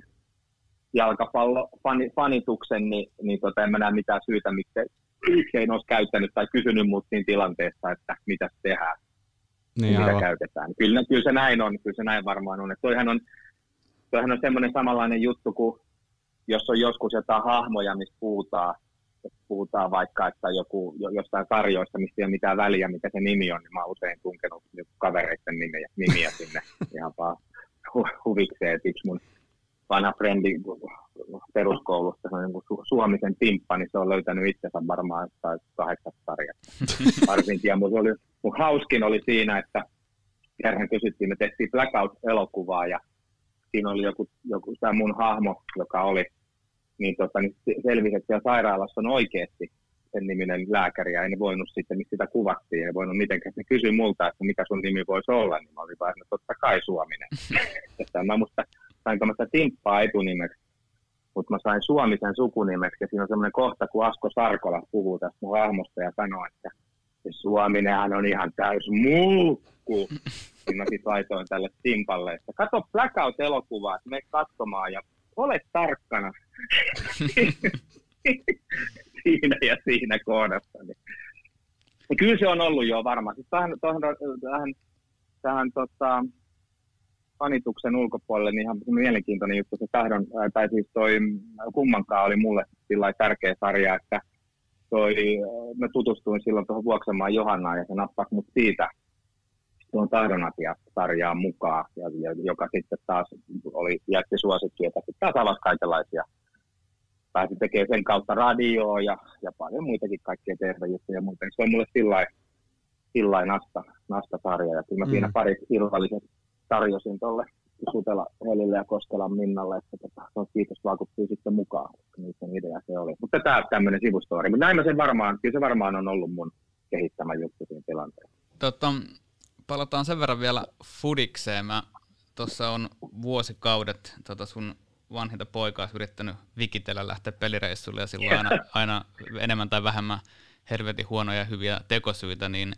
jalkapallofanituksen, niin en mä näe mitään syytä, miksi ei olisi käyttänyt tai kysynyt mut siinä tilanteessa, että mitä tehdään. Niin mitä käytetään. Kyllä se näin on, kyllä se näin varmaan on. Toihan on semmoinen samanlainen juttu, kuin jos on joskus jotain hahmoja, missä puhutaan vaikka, että jostain sarjoista, mistä ei ole mitään väliä, mikä se nimi on, niin mä oon usein tunkenut kavereiden nimiä sinne ihan vaan huvikseen. Yksi mun vanha frendi peruskoulusta, se on joku Suomisen Timppa, niin se on löytänyt itsensä varmaan 8 sarjasta. Varsinkin, mun hauskin oli siinä, että kerran kysyttiin, me tehtiin Blackout-elokuvaa ja siinä oli joku tämä mun hahmo, joka oli, niin selvisi, että siellä sairaalassa on oikeasti sen niminen lääkäri ja ei ne voinut sitten, mistä sitä kuvattiin, ei voinut mitenkään. Ne kysyi multa, että mikä sun nimi voisi olla, niin mä olin vaan, että totta kai Suominen. Mä musta sainko mä sitä Timppaa etunimeksi, mutta mä sain Suomisen sukunimeksi ja siinä on semmoinen kohta, kun Asko Sarkola puhuu tästä mun hahmosta ja sanoo, että Suominenhan on ihan täys mulkku. Niin mä sit laitoin tälle Timpalle, että kato Blackout-elokuvaa, että mene katsomaan ja ole tarkkana siinä ja siinä kohdassa. Niin. Ja kyllä se on ollut jo varmaan. Tähän fanituksen ulkopuolelle niin ihan mielenkiintoinen juttu. Se tai siis toi Kummankaan oli mulle sillä tärkeä sarja, että mä tutustuin silloin tuohon Vuoksenmaan Johannaan ja se nappasi mut siitä tuon Tahdon-asia-sarjaan mukaan, joka sitten taas jätti suosikki, että sitten taas avasi kaikenlaisia. Pääsi tekemään sen kautta radioa ja paljon muitakin kaikkia TV-juttuja ja muuta. Se on mulle sillain nasta-sarja ja kyllä mä siinä pari illalliset tarjosin tuolle Sutela Helille ja Koskelan Minnalle, että kiitos vaan kun sitten mukaan, koska niiden idea se oli. Mutta tämä on tämmöinen sivustoori, mutta näin mä sen varmaan, kyllä se varmaan on ollut mun kehittämä juttu siinä tilanteessa. Palataan sen verran vielä fudikseen. Mä tuossa on vuosikaudet sun vanhinta poikaa yrittänyt vikitellä lähteä pelireissulle ja silloin aina enemmän tai vähemmän helvetin huonoja ja hyviä tekosyitä, niin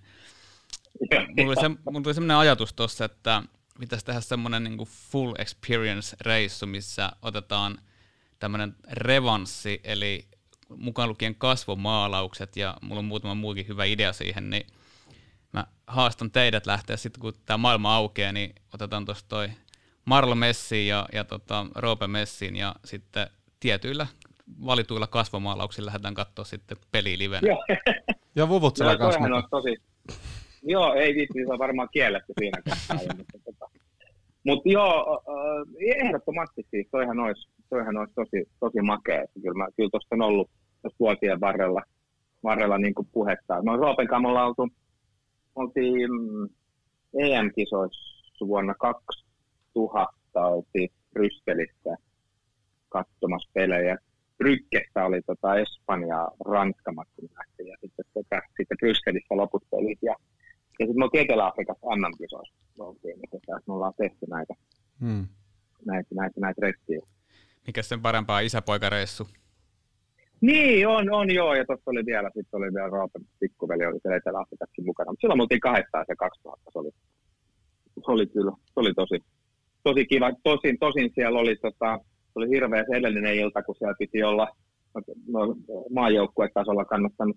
mulla tuli semmoinen ajatus tuossa, että pitäisi tehdä semmoinen niin kuin full experience-reissu, missä otetaan tämmöinen revanssi, eli mukaan lukien kasvomaalaukset, ja mulla on muutama muukin hyvä idea siihen, niin mä haastan teidät lähteä sitten, kun tämä maailma aukeaa, niin otetaan tuossa toi Marlo Messiin ja Roope Messiin, ja sitten tietyillä valituilla kasvomaalauksilla lähdetään katsoa sitten peliä livenä. Ja Vuvutsela kanssa. Joo, ei viitsi, se on varmaan kielletty siinä kohtaa. Mutta joo, ehdottomasti siis, toihan olisi tosi makea. Kyllä tuosta on ollut vuosien varrella niin kuin puhetta. No Roopen kanssa oltiin EM-kisoissa vuonna 2000, oltiin Brysselissä katsomassa pelejä. Bryggestä oli Espanjaa, Ranska-matsi nähty ja sitten Brysselissä loput pelit. Ja sitten me oltiin Etelä-Afrikassa MM-kisoissa. Me ollaan tehty näitä reittiä. Mikäs sen parempaa isäpoikareissu? Niin, on joo. Ja tuossa oli vielä Roopen pikkuveli, oli siellä Etelä-Afrikassakin mukana. Mutta silloin me oltiin 200 ja 2000. Se oli tosi kiva. Tosin siellä oli hirveä se edellinen ilta, kun siellä piti olla maajoukkuetasolla kannattanut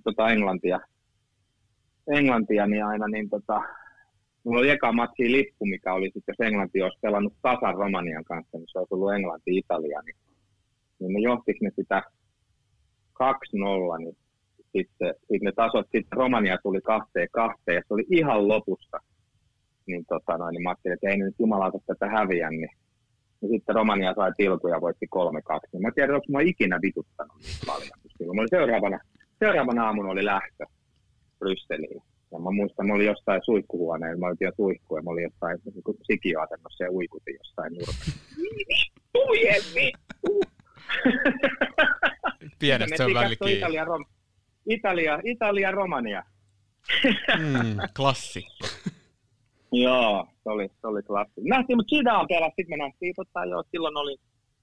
Englantia, niin aina mulla oli eka matsiin lippu, mikä oli sitten, jos Englanti olisi pelannut tasan Romanian kanssa, niin se olisi ollut Englanti-Italia, niin ne johtikin ne sitä 2-0, niin sitten ne tasot, sitten Romania tuli 2-2, ja se oli ihan lopussa, niin mä ajattelin, että ei nyt jumalauta tätä häviä, niin sitten Romania sai tilku ja voitti 3-2, niin mä tiedän, onko mä ikinä vituttanut niin paljon, silloin seuraavana aamuna oli lähtö Brysseliin. Ja mä muistan, mä olin jossain suihkuhuoneen, mä olin suihkuun ja mä olin jossain sikioasennossa ja uikutin jossain nurkassa. Vittu! Pienestä se on välikin. Italia, Romania. Klassikko. Joo, se oli klassikko. Nähtiin, mutta Zidane pelasi, sitten me nähtiin, silloin oli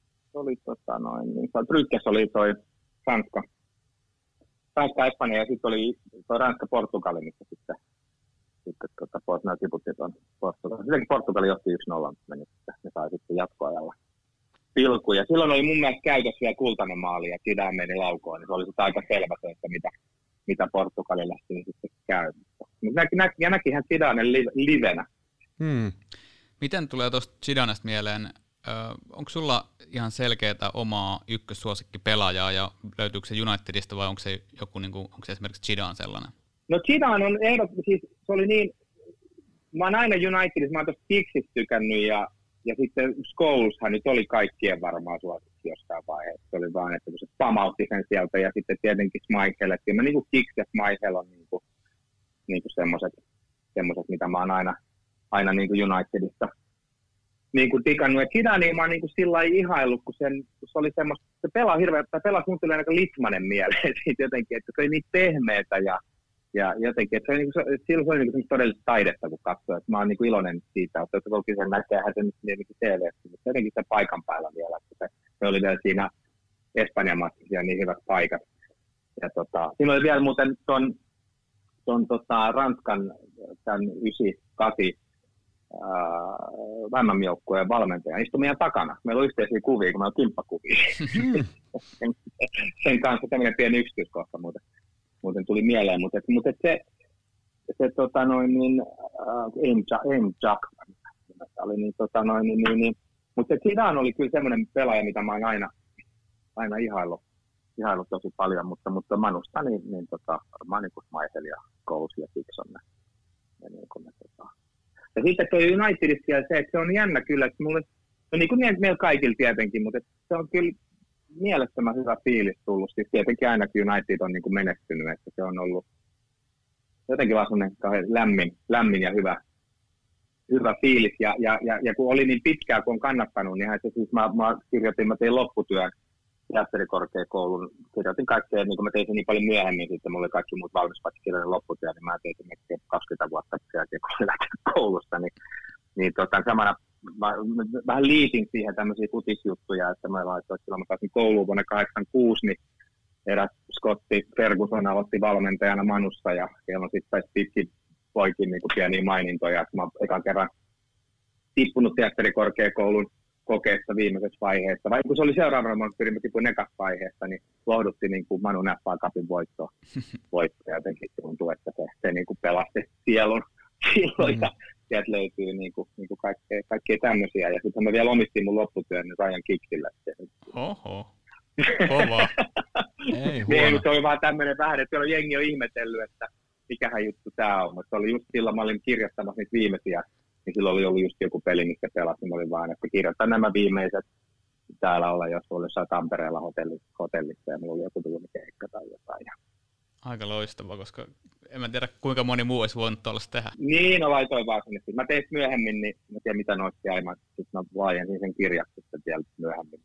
Brygges oli toi Ranska, Espanja ja sitten oli toi Ranska-Portugali, missä sitten nämä tiputtiin tuon Portugali. Sittenkin Portugali johti 1-0, meni sitten, ne sai sitten jatkoajalla pilkuja. Silloin oli mun mielestä käytössä vielä kultainen maali ja Zidane meni laukoon, niin se oli sitten aika selvä se, että mitä Portugalille sitten käy. Ja näkihän Zidane livenä. Miten tulee tuosta Zidanesta mieleen? Onko sulla ihan selkeää omaa ykkössuosikkipelaajaa ja löytyykö se Unitedista vai onko se joku, onko se esimerkiksi Zidane sellainen? No Zidane on siis se oli niin, mä oon aina Unitedissa, mä oon tuosta Kiksistä tykännyt ja sitten Scholeshan nyt oli kaikkien varmaan suosikki jossain vaiheessa. Se oli vaan, että kun se pamautti sen sieltä ja sitten tietenkin Schmeichel, että mä niinku Kiks ja Schmeichel on niinku semmoset, mitä mä oon aina niinku Unitedista niinku tikannut. Ja Zidane mä oon niinku sillä lailla ihaillut, kun se oli semmoista, se pelasi mun tuli aika Litmanen mieleen siitä jotenkin, että se oli niin pehmeetä ja jotenkin, että silloin se oli niinku todellista taidetta, kun katsoo, että mä oon niinku iloinen siitä, että toki sen näkeehän se nyt niinku TV-ssä, mutta jotenkin se paikan päällä vielä, että se oli vielä siinä Espanjan matkissa niin hyvät paikat. Ja siinä oli vielä muuten on Ranskan tämän 98 MM-joukkueen valmentaja istui meidän takana. Meillä on yhteisiä kuvia, kun meillä on kimppakuvia. Sen kanssa tämmöinen pieni yksityiskohta muuten tuli mieleen, mutta se oli mutta Zidane oli kyllä semmoinen pelaaja, mitä mä oon aina ihaillut tosi paljon, mutta Manusta varmaan niin kuin Schmeichel ja Scholes ja Dixon. Ja sitten tuo Unitedista ja se, että se on jännä kyllä, että mulle, no niin kuin meillä kaikilla tietenkin, mutta se on kyllä mielettömän hyvä fiilis tullut. Siis tietenkin aina United on niin kuin menestynyt, että se on ollut jotenkin vaan semmoinen lämmin ja hyvä fiilis. Ja kun oli niin pitkään, kun on kannattanut, niin se siis mä tein lopputyön teatterikorkeakoulun, kirjoitin kaikkea, niin kun mä tein sen niin paljon myöhemmin, sitten mulla oli kaikki muut valmis paitsi kirjoitin lopputyö, niin mä tein sen 20 vuotta sen jälkeen, kun olin lähtenyt koulusta, niin samana mä vähän liitin siihen tämmöisiä futisjuttuja, että mä laitoin, silloin mä pääsin kouluun vuonna 1986, niin eräs Scotti Ferguson aloitti valmentajana Manussa, ja siellä on sitten pitkin poikin niin kuin pieniä mainintoja, että mä oon ekan kerran tippunut teatterikorkeakoulun kokeessa viimeisessä vaiheessa. Vai kun se oli seuraavana, mä pyrimme tipuin ekassa vaiheessa, niin lohdutti niin kuin Manu Näppää Cupin voitto. Ja jotenkin tuntuu, että se niin kuin pelasti sielun silloin. Ja sieltä löytyy niin kuin kaikkea tämmöisiä. Ja sitten mä vielä omistin mun lopputyön Ryan Giggsille. Oho, kova. Ei huono. Se oli vaan tämmöinen vähän, että siellä jengi on ihmetellyt, että mikähän juttu tää on. Mutta se oli just silloin, mä olin kirjoittamassa niitä viimeisiä. Niin silloin oli ollut just joku peli, missä pelasin. Mä olin vaan, että kirjoittaa nämä viimeiset täällä olla, jos oli jossain Tampereella hotellissa ja mulla oli joku tunnikeikka tai jotain. Aika loistava, koska en mä tiedä kuinka moni muu olisi voinut tuollaista tehdä. Niin, no laitoin vaan sinne. Mä tein myöhemmin, niin mä tiedän mitä noista jäi. Sitten mä laajensin sen kirjaksi sitten vielä myöhemmin.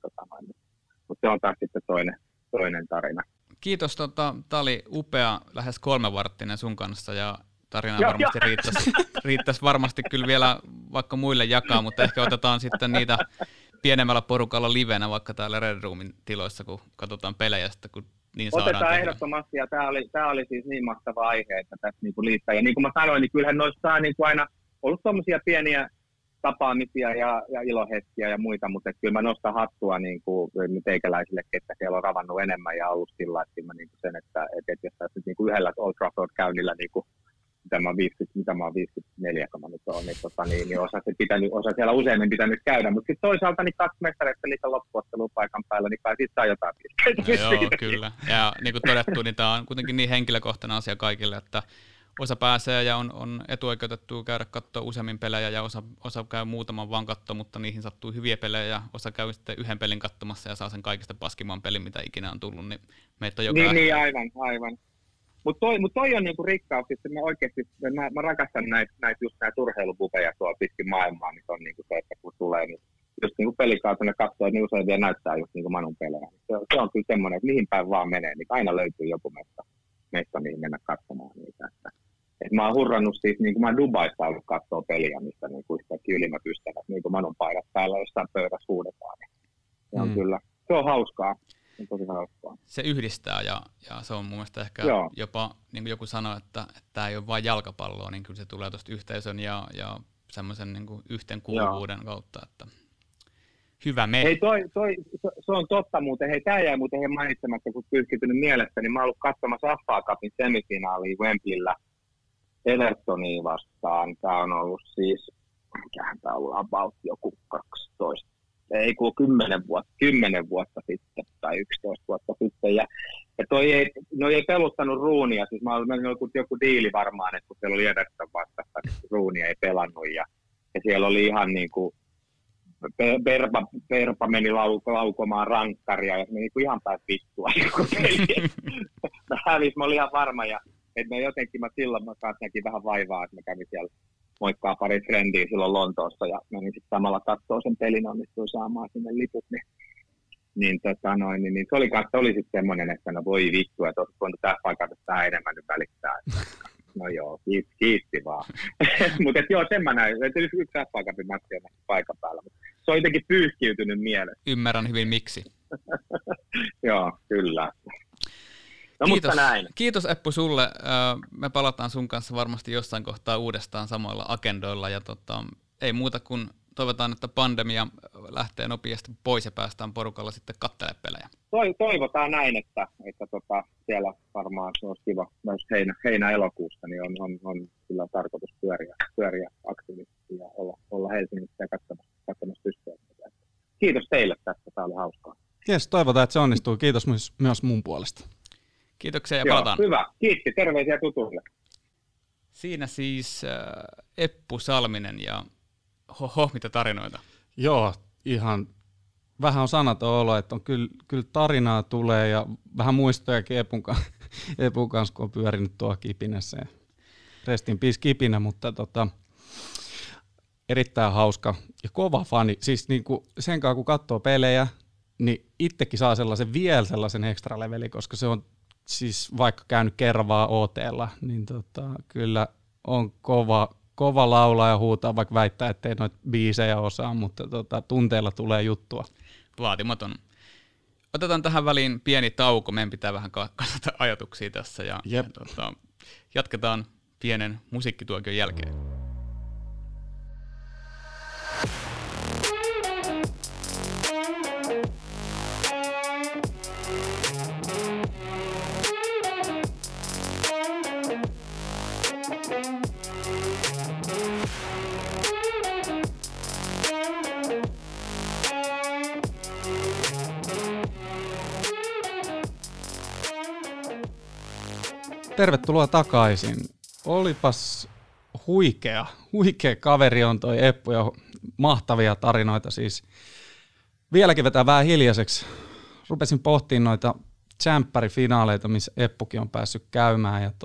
Mutta se on taas sitten toinen tarina. Kiitos, tää oli upea, lähes 3-varttinen sun kanssa ja tarinaa varmasti riittäisi varmasti kyllä vielä vaikka muille jakaa, mutta ehkä otetaan sitten niitä pienemmällä porukalla livenä vaikka täällä Red Roomin tiloissa, kun katsotaan pelejä sitten, kun niin saadaan otetaan tehdä. Ehdottomasti, ja tämä oli siis niin mahtava aihe, että tässä niin kuin liittää. Ja niin kuin mä sanoin, niin kyllähän noissa on niin kuin aina ollut tommosia pieniä tapaamisia ja ilohetkiä ja muita, mutta kyllä mä nostan hattua niin kuin teikäläisille, ketkä siellä on ravannut enemmän ja ollut sillä, että mä niin kuin sen, että jos tässä niin kuin yhdellä Old Trafford-käynnillä niin kuin mitä mä oon 54, kun mä nyt oon, niin osa siellä useammin pitänyt käydä, mutta sitten toisaalta niin 2 mestareista liikan loppuottelua paikan päällä, niin kai siitä saa jotain pisteitä. No joo, kyllä. Ja niin kuin todettu, niin tämä on kuitenkin niin henkilökohtainen asia kaikille, että osa pääsee ja on etuoikeutettu käydä katsoa useammin pelejä ja osa käy muutaman vaan katsoa, mutta niihin sattuu hyviä pelejä ja osa käy sitten yhden pelin katsomassa ja saa sen kaikista paskimman pelin, mitä ikinä on tullut, niin meitä on joka... Niin, aivan. Mutta toi on niinku rikkaus, että mä rakastan näitä urheilupubeja tuolla pitkin maailmaa, niin se on niinku se, että kun tulee, niin just niinku pelikautena katsoo, niin usein vielä näyttää just niinku Manun pelejä. Se on kyllä semmoinen, että mihin päin vaan menee, niin aina löytyy joku mesta mihin mennä katsomaan niitä. Et mä oon hurrannut siis, niin kuin mä oon Dubaissa ollut katsoa peliä, mistä niinku yhtäkkiä ylimmät ystävät, niin kuin Manun paidat päällä jossain pöydässä huudetaan. Se on kyllä, se on hauskaa. Se yhdistää ja se on mun mielestä ehkä jopa, niin kuin joku sanoi, että tämä ei ole vain jalkapalloa, niin kyllä se tulee tuosta yhteisön ja semmoisen niin kuin yhteenkuuluvuuden kautta, että hyvä me. Hei, se on totta muuten. Hei, tämä jäi muuten mainitsematta, kun pyyhkitynyt mielestä, niin mä oon ollut katsomassa FA Cupin semifinaalia Wembleyllä Evertonia vastaan. Tämä on ollut siis, mikähän tämä on ollut about joku 12. Ei kun 10 vuotta sitten tai 11 vuotta sitten. Ja noi ei peluttanut Roonia, siis mä olin joku diili varmaan, että kun siellä oli Everton vastassa, niin Roonia ei pelannut. Ja siellä oli ihan niin kuin, Verpa meni laukomaan rankkaria ja se meni ihan päin vittua. Mä hävis, mä olin ihan varma ja että jotenkin mä silloin kanssa näkin vähän vaivaa, että mä kävin siellä moikkaa pari frendiä silloin Lontoossa ja menin sitten samalla katsoa sen pelin, onnistuin saamaan sinne liput, niin se oli sitten semmoinen, että no voi vittu, että olisi voinut tässä paikassa vähän enemmän nyt välittää. No joo, kiitti vaan. Mutta joo, sen mä näin, että yksi F-paikapin matsi on paikan päällä, mutta se on jotenkin pyyhkiytynyt mielessä. Ymmärrän hyvin miksi. Joo, kyllä. No kiitos, mutta näin. Kiitos Eppu sulle. Me palataan sun kanssa varmasti jossain kohtaa uudestaan samoilla agendoilla. Ja ei muuta kuin toivotaan, että pandemia lähtee nopeasti pois ja päästään porukalla sitten katselemaan pelejä. Toivotaan näin, että siellä varmaan se olisi kiva myös heinä-elokuussa, niin on kyllä tarkoitus pyöriä aktiivisesti ja olla Helsingissä ja katsomassa systeemiä. Kiitos teille tästä, tämä oli hauskaa. Jes, toivotaan, että se onnistuu. Kiitos myös mun puolesta. Kiitoksia ja palataan. Hyvä, kiitti, terveisiä tutuille. Siinä siis Eppu Salminen ja mitä tarinoita. Joo, ihan vähän on sanaton olo, että on kyllä tarinaa tulee ja vähän muistojakin Epun kanssa, kun on pyörinyt tuo Kipinässä. Rest in peace Kipinä, mutta erittäin hauska ja kova fani. Siis niinku sen kanssa, kun katsoo pelejä, niin itsekin saa vielä sellaisen extra leveli, koska se on siis vaikka käynyt kerran vaan OT:lla, niin kyllä on kova laulaa ja huutaa, vaikka väittää, ettei noita biisejä osaa, mutta tunteella tulee juttua. Vaatimaton. Otetaan tähän väliin pieni tauko, meidän pitää vähän katsota ajatuksia tässä ja jatketaan pienen musiikkituokion jälkeen. Tervetuloa takaisin. Olipas huikea kaveri on toi Eppu ja mahtavia tarinoita siis. Vieläkin vetää vähän hiljaiseksi. Rupesin pohtimaan noita tsemppärifinaaleita, missä Eppukin on päässyt käymään. Ja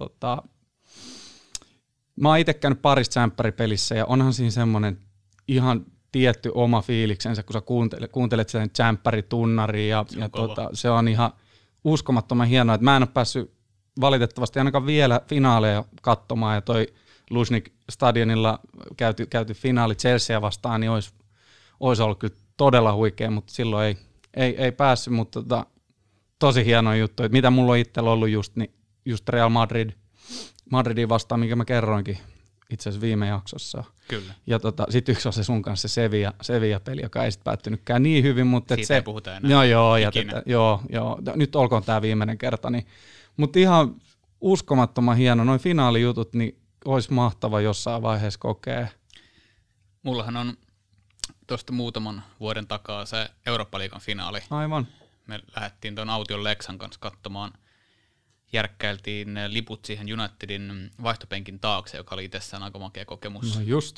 mä oon itse käynyt parissa tsemppäripelissä ja onhan siinä semmoinen ihan tietty oma fiiliksensä, kun sä kuuntelet sen tsemppäritunnariin ja se on ihan uskomattoman hienoa, että mä en ole päässyt valitettavasti ainakaan vielä finaaleja katsomaan, ja toi Luzhnik stadionilla käyty finaali Chelsea vastaan, niin olisi ollut kyllä todella huikea, mutta silloin ei päässyt, mutta tosi hieno juttu, että mitä mulla on itsellä ollut just Real Madridin vastaan, minkä mä kerroinkin itse asiassa viime jaksossa. Kyllä. Ja sitten yksi on se sun kanssa se Sevilla-peli, joka ei sitten päättynytkään niin hyvin, mutta siitä ei puhuta enää. Joo, nyt olkoon tämä viimeinen kerta, niin mutta ihan uskomattoman hieno. Noin finaalijutut, niin olisi mahtava jossain vaiheessa kokea. Mullahan on tuosta muutaman vuoden takaa se Eurooppa-liigan finaali. Aivan. Me lähdettiin tuon Aution Lexan kanssa katsomaan. Järkkäiltiin liput siihen Unitedin vaihtopenkin taakse, joka oli itsessään aika makea kokemus. No just.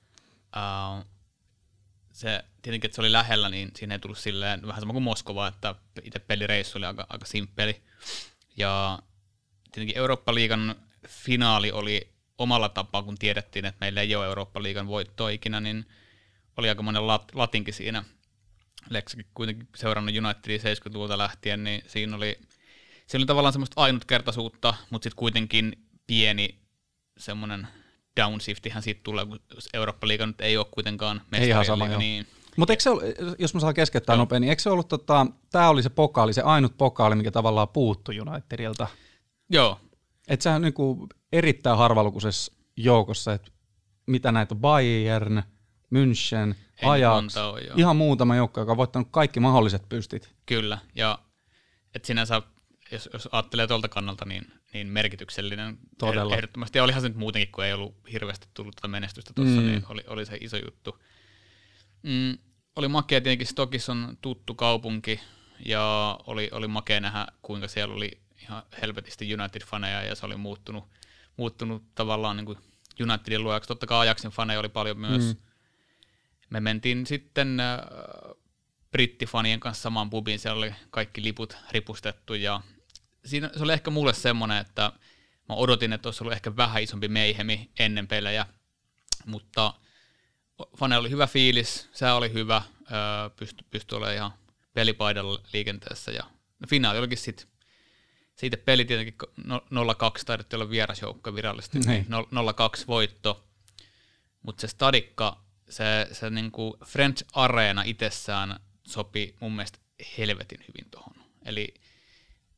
Se, tietenkin, että se oli lähellä, niin siinä ei tullut silleen vähän sama kuin Moskova, että itse pelireissu oli aika simppeli. Ja tietenkin Eurooppa-liigan finaali oli omalla tapaa, kun tiedettiin, että meillä ei ole Eurooppa-liigan voittoa ikinä, niin oli aika monen latinkin siinä. Lexakin kuitenkin seurannut Unitedia 70-luvulta lähtien, niin siinä oli tavallaan semmoista ainutkertaisuutta, mutta sitten kuitenkin pieni semmoinen downshiftihan siitä tulee, kun Eurooppa-liiga nyt ei ole kuitenkaan mestarien liiga. Niin. Mutta eikö se ollut, jos mä saan keskeyttää nopein, niin eikö se ollut, tämä oli se pokaali, se ainut pokaali, mikä tavallaan puuttui Unitedilta? Joo. Että sehän on niinku erittäin harvalukuisessa joukossa, että mitä näitä on, Bayern, München, Ajax, ihan muutama joukko, joka on voittanut kaikki mahdolliset pystit. Kyllä, ja että sinänsä, jos ajattelee tuolta kannalta, niin merkityksellinen. Todella. Ehdottomasti, ja olihan se nyt muutenkin, kun ei ollut hirveästi tullut tätä menestystä tuossa, niin oli se iso juttu. Oli makea tietenkin, Stokis on tuttu kaupunki, ja oli makea nähdä, kuinka siellä oli ihan helvetisti United-faneja, ja se oli muuttunut tavallaan niin kuin Unitedin luojaksi. Totta kai Ajaxin faneja oli paljon myös. Me mentiin sitten brittifanien kanssa samaan pubiin, siellä oli kaikki liput ripustettu, ja siinä se oli ehkä mulle semmoinen, että mä odotin, että olisi ollut ehkä vähän isompi meihemi ennen pelejä, mutta faneilla oli hyvä fiilis, sää oli hyvä, pystyi olemaan ihan pelipaidalla liikenteessä, ja finaali olikin sitten, siitä peli tietenkin 0-2 taidettiin olla vierasjoukko virallisesti, 0-2 voitto, mutta se stadikka, se niinku French Arena itsessään sopi mun mielestä helvetin hyvin tuohon. Eli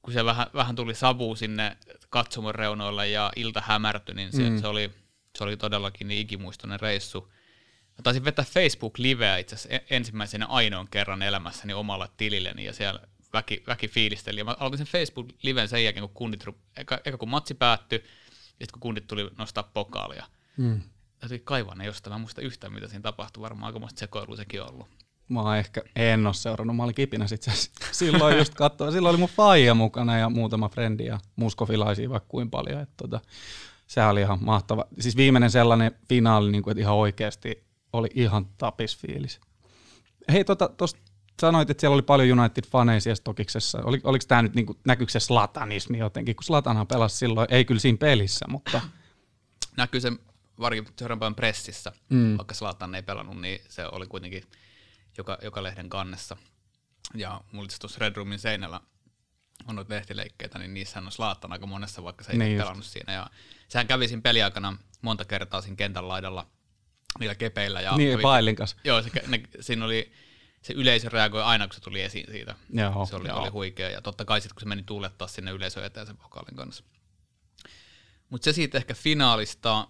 kun se vähän tuli savu sinne katsomon reunoille ja ilta hämärtyi, niin se oli todellakin niin ikimuistoinen reissu. Mä taisin vetää Facebook-liveä itse asiassa ensimmäisenä ainoan kerran elämässäni omalla tililleni, ja siellä väki fiilisteli. Ja mä aloitin sen Facebook-liven sen jälkeen, kun kun matsi päättyi, ja sitten kun kundit tuli nostaa pokaalia. Täytyy kaivaa ne jostain. Mä en muista yhtään, mitä siinä tapahtui. Varmaan aikamoista sekoilua sekin on ollut. Mä en ole seurannut. Mä olin kipinä itse asiassa. Silloin just katsoin. Silloin oli mun faija mukana ja muutama frendi ja muskofilaisia vaikka kuin paljon. Että sehän oli ihan mahtava. Siis viimeinen sellainen finaali, niin kuin, että ihan oikeasti oli ihan tapis fiilis. Hei, tuosta sanoit, että siellä oli paljon United-faneja siellä Stokiksessa. Oliko tämä nyt, niin kuin, näkyykö se slatanismi jotenkin? Kun Slatanhan pelasi silloin, ei kyllä siinä pelissä, mutta... Näkyy se seuraavan pressissä, vaikka Zlatan ei pelannut, niin se oli kuitenkin joka lehden kannessa. Ja mulla tuossa Red Roomin seinällä on noita lehtileikkeitä, niin niissähän on Zlatan aika monessa, vaikka se ei niin pelannut siinä. Ja sehän kävi siinä peliaikana monta kertaa siinä kentän laidalla niillä kepeillä. Ja niin, Bailin kanssa. Joo, siinä oli, se yleisö reagoi aina, kun se tuli esiin siitä. Joo, se oli huikea. Ja totta kai sitten, kun se meni tuulettaa sinne yleisön eteen sen vokaalin kanssa. Mutta se siitä ehkä finaalista...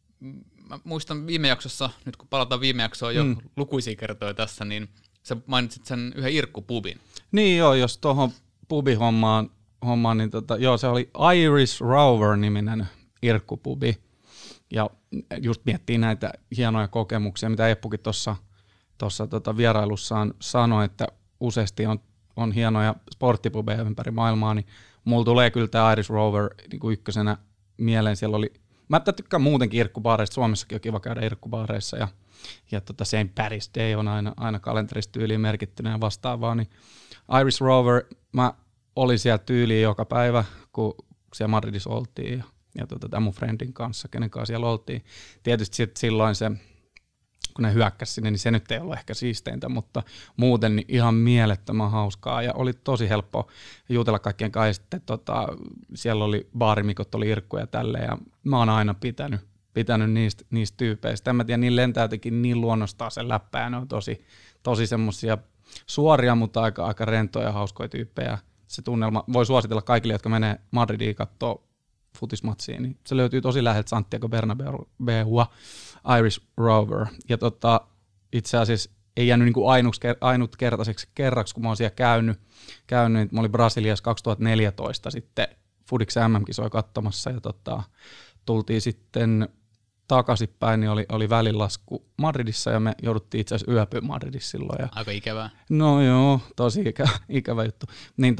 Mä muistan viime jaksossa, nyt kun palataan viime jaksoon jo lukuisia kertoja tässä, niin sä mainitsit sen yhden Irkku-pubin. Niin joo, jos tuohon pubihommaan, niin joo, se oli Irish Rover-niminen Irkku-pubi. Ja just miettii näitä hienoja kokemuksia, mitä Eppukin tuossa vierailussaan sanoi, että useasti on hienoja sporttipubeja ympäri maailmaa, niin mulla tulee kyllä tämä Irish Rover niin kuin ykkösenä mieleen. Siellä oli mä tykkään muutenkin irkkubaareista. Suomessakin on kiva käydä irkkubaareissa ja St. Patrick's Day on aina kalenterissa tyyliin merkittynä ja vastaavaa. Niin Irish Rover, mä olin siellä tyyliin joka päivä, kun siellä Madridissa oltiin ja tämän mun friendin kanssa, kenen kanssa siellä oltiin. Tietysti silloin se, kun ne hyökkäsi sinne, niin se nyt ei ollut ehkä siisteintä, mutta muuten niin ihan mielettömän hauskaa ja oli tosi helppo jutella kaikkien kanssa. Sitten siellä oli baarimikot, oli irkkuja tälleen ja mä oon aina pitänyt niistä tyypeistä. En mä tiedä, niin lentää jotenkin niin luonnostaan sen läppää ja ne on tosi semmosia suoria, mutta aika rentoja ja hauskoja tyyppejä. Se tunnelma voi suositella kaikille, jotka menee Madridiin kattoo futismatsiin, niin se löytyy tosi läheltä Santiago Bernabéua, Irish Rover. Ja itse asiassa ei jäänyt niin kuin ainutkertaiseksi kerraksi, kun mä oon siellä käynyt. Mä olin Brasiliassa 2014 sitten Fudiksen MM-kisoja katsomassa ja tultiin sitten takaisinpäin, niin oli välilasku Madridissa ja me jouduttiin itse asiassa yöpyä Madridissa silloin. Ja aika ikävää. No joo, tosi ikävä juttu. Niin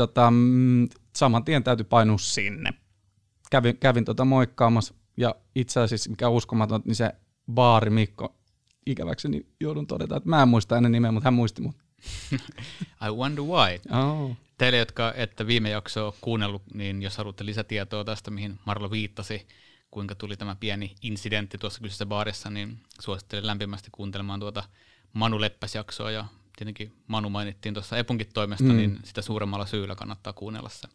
saman tien täytyy painua sinne. Kävin moikkaamassa ja itse asiassa mikä uskomaton, niin se baari Mikko, ikäväkseni joudun todeta, että mä en muista ennen nimeä, mutta hän muisti mut. I wonder why. Oh. Teille, jotka ette viime jaksoa kuunnellut, niin jos haluatte lisätietoa tästä, mihin Marlo viittasi, kuinka tuli tämä pieni incidentti tuossa kyseisessä baarissa, niin suosittelen lämpimästi kuuntelemaan tuota Manu Leppäs-jaksoa, ja tietenkin Manu mainittiin tuossa Epunkin toimesta, niin sitä suuremmalla syyllä kannattaa kuunnella se.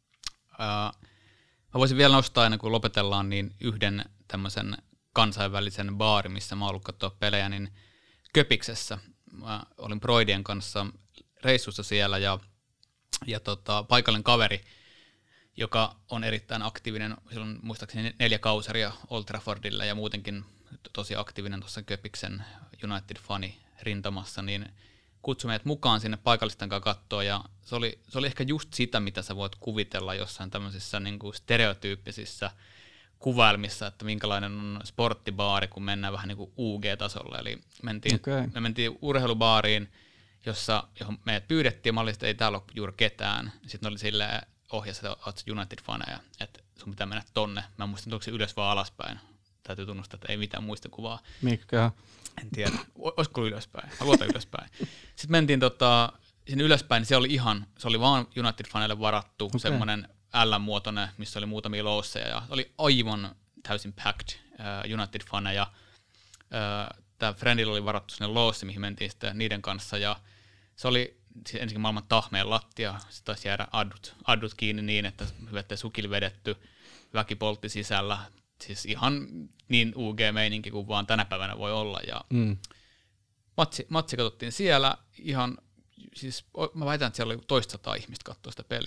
Mä voisin vielä nostaa ennen kuin lopetellaan, niin yhden tämmöisen kansainvälisen baari, missä mä oon ollut katsoa pelejä, niin Köpiksessä. Mä olin Broidien kanssa reissussa siellä ja paikallinen kaveri, joka on erittäin aktiivinen, silloin muistaakseni 4 kausaria Old Traffordilla ja muutenkin tosi aktiivinen tuossa Köpiksen United-fani rintamassa, niin kutsui meidät mukaan sinne paikallisten kanssa katsoa, ja se oli ehkä just sitä, mitä sä voit kuvitella jossain tämmöisissä niin kuin stereotyyppisissä kuvailmissa, että minkälainen on sporttibaari, kun mennään vähän niin kuin UG-tasolla. Eli me mentiin urheilubaariin, johon meidät pyydettiin, mä olin, että ei täällä ole juuri ketään. Sitten oli silleen ohjassa, että olet United-faneja, että sun pitää mennä tonne. Mä en muista, onko se ylös vai alaspäin. Täytyy tunnustaa, että ei mitään muistikuvaa. Mikä? En tiedä. Olisiko ylöspäin? Mä luotan ylöspäin. Sitten mentiin sinne ylöspäin, niin se oli vaan United-faneille varattu semmoinen L-muotoinen, missä oli muutamia loosseja, ja oli aivan täysin packed United-faneja. Tämä friendilla oli varattu sinne loossi, mihin mentiin sitten niiden kanssa, ja se oli ensinnäkin maailman tahmeen lattia, sitten taisi jäädä addut kiinni niin, että hyvätte sukille vedetty, väki poltti sisällä, siis ihan niin UG-meininki kuin vaan tänä päivänä voi olla, ja matsi katsottiin siellä ihan, siis mä väitän, että siellä oli 200 ihmistä katsoa sitä peliä, ja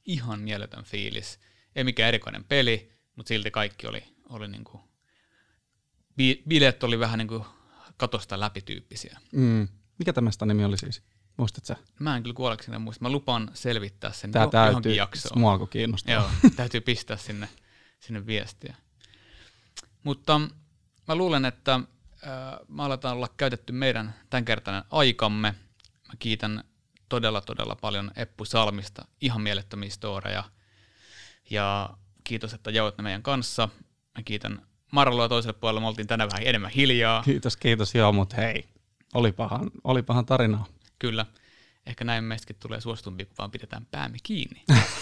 ihan mieletön fiilis. Ei mikään erikoinen peli, mutta silti kaikki oli niin kuin, bileet oli vähän niin kuin katosta läpi tyyppisiä. Mikä tämmöistä nimi oli siis? Muistatko sä? Mä en kyllä kuolekseni muista. Mä lupaan selvittää sen johonkin jaksoon. Mua alkoi kiinnostaa. Joo, täytyy pistää sinne viestiä. Mutta mä luulen, että me aletaan olla käytetty meidän tämänkertainen aikamme. Mä kiitän todella paljon Eppu Salmista. Ihan mielettömiä storeja. Ja kiitos, että jaoit ne meidän kanssa. Mä kiitän Marloa toiselle puolelle. Me oltiin tänään vähän enemmän hiljaa. Kiitos. Joo, mutta hei. Olipahan tarinaa. Kyllä. Ehkä näin meistäkin tulee suositumpia, kun vaan pidetään päämme kiinni.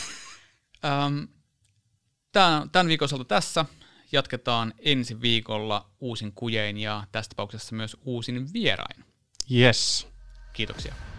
Tämän viikon osalta tässä. Jatketaan ensi viikolla uusin kujein ja tässä tapauksessa myös uusin vierain. Yes. Kiitoksia.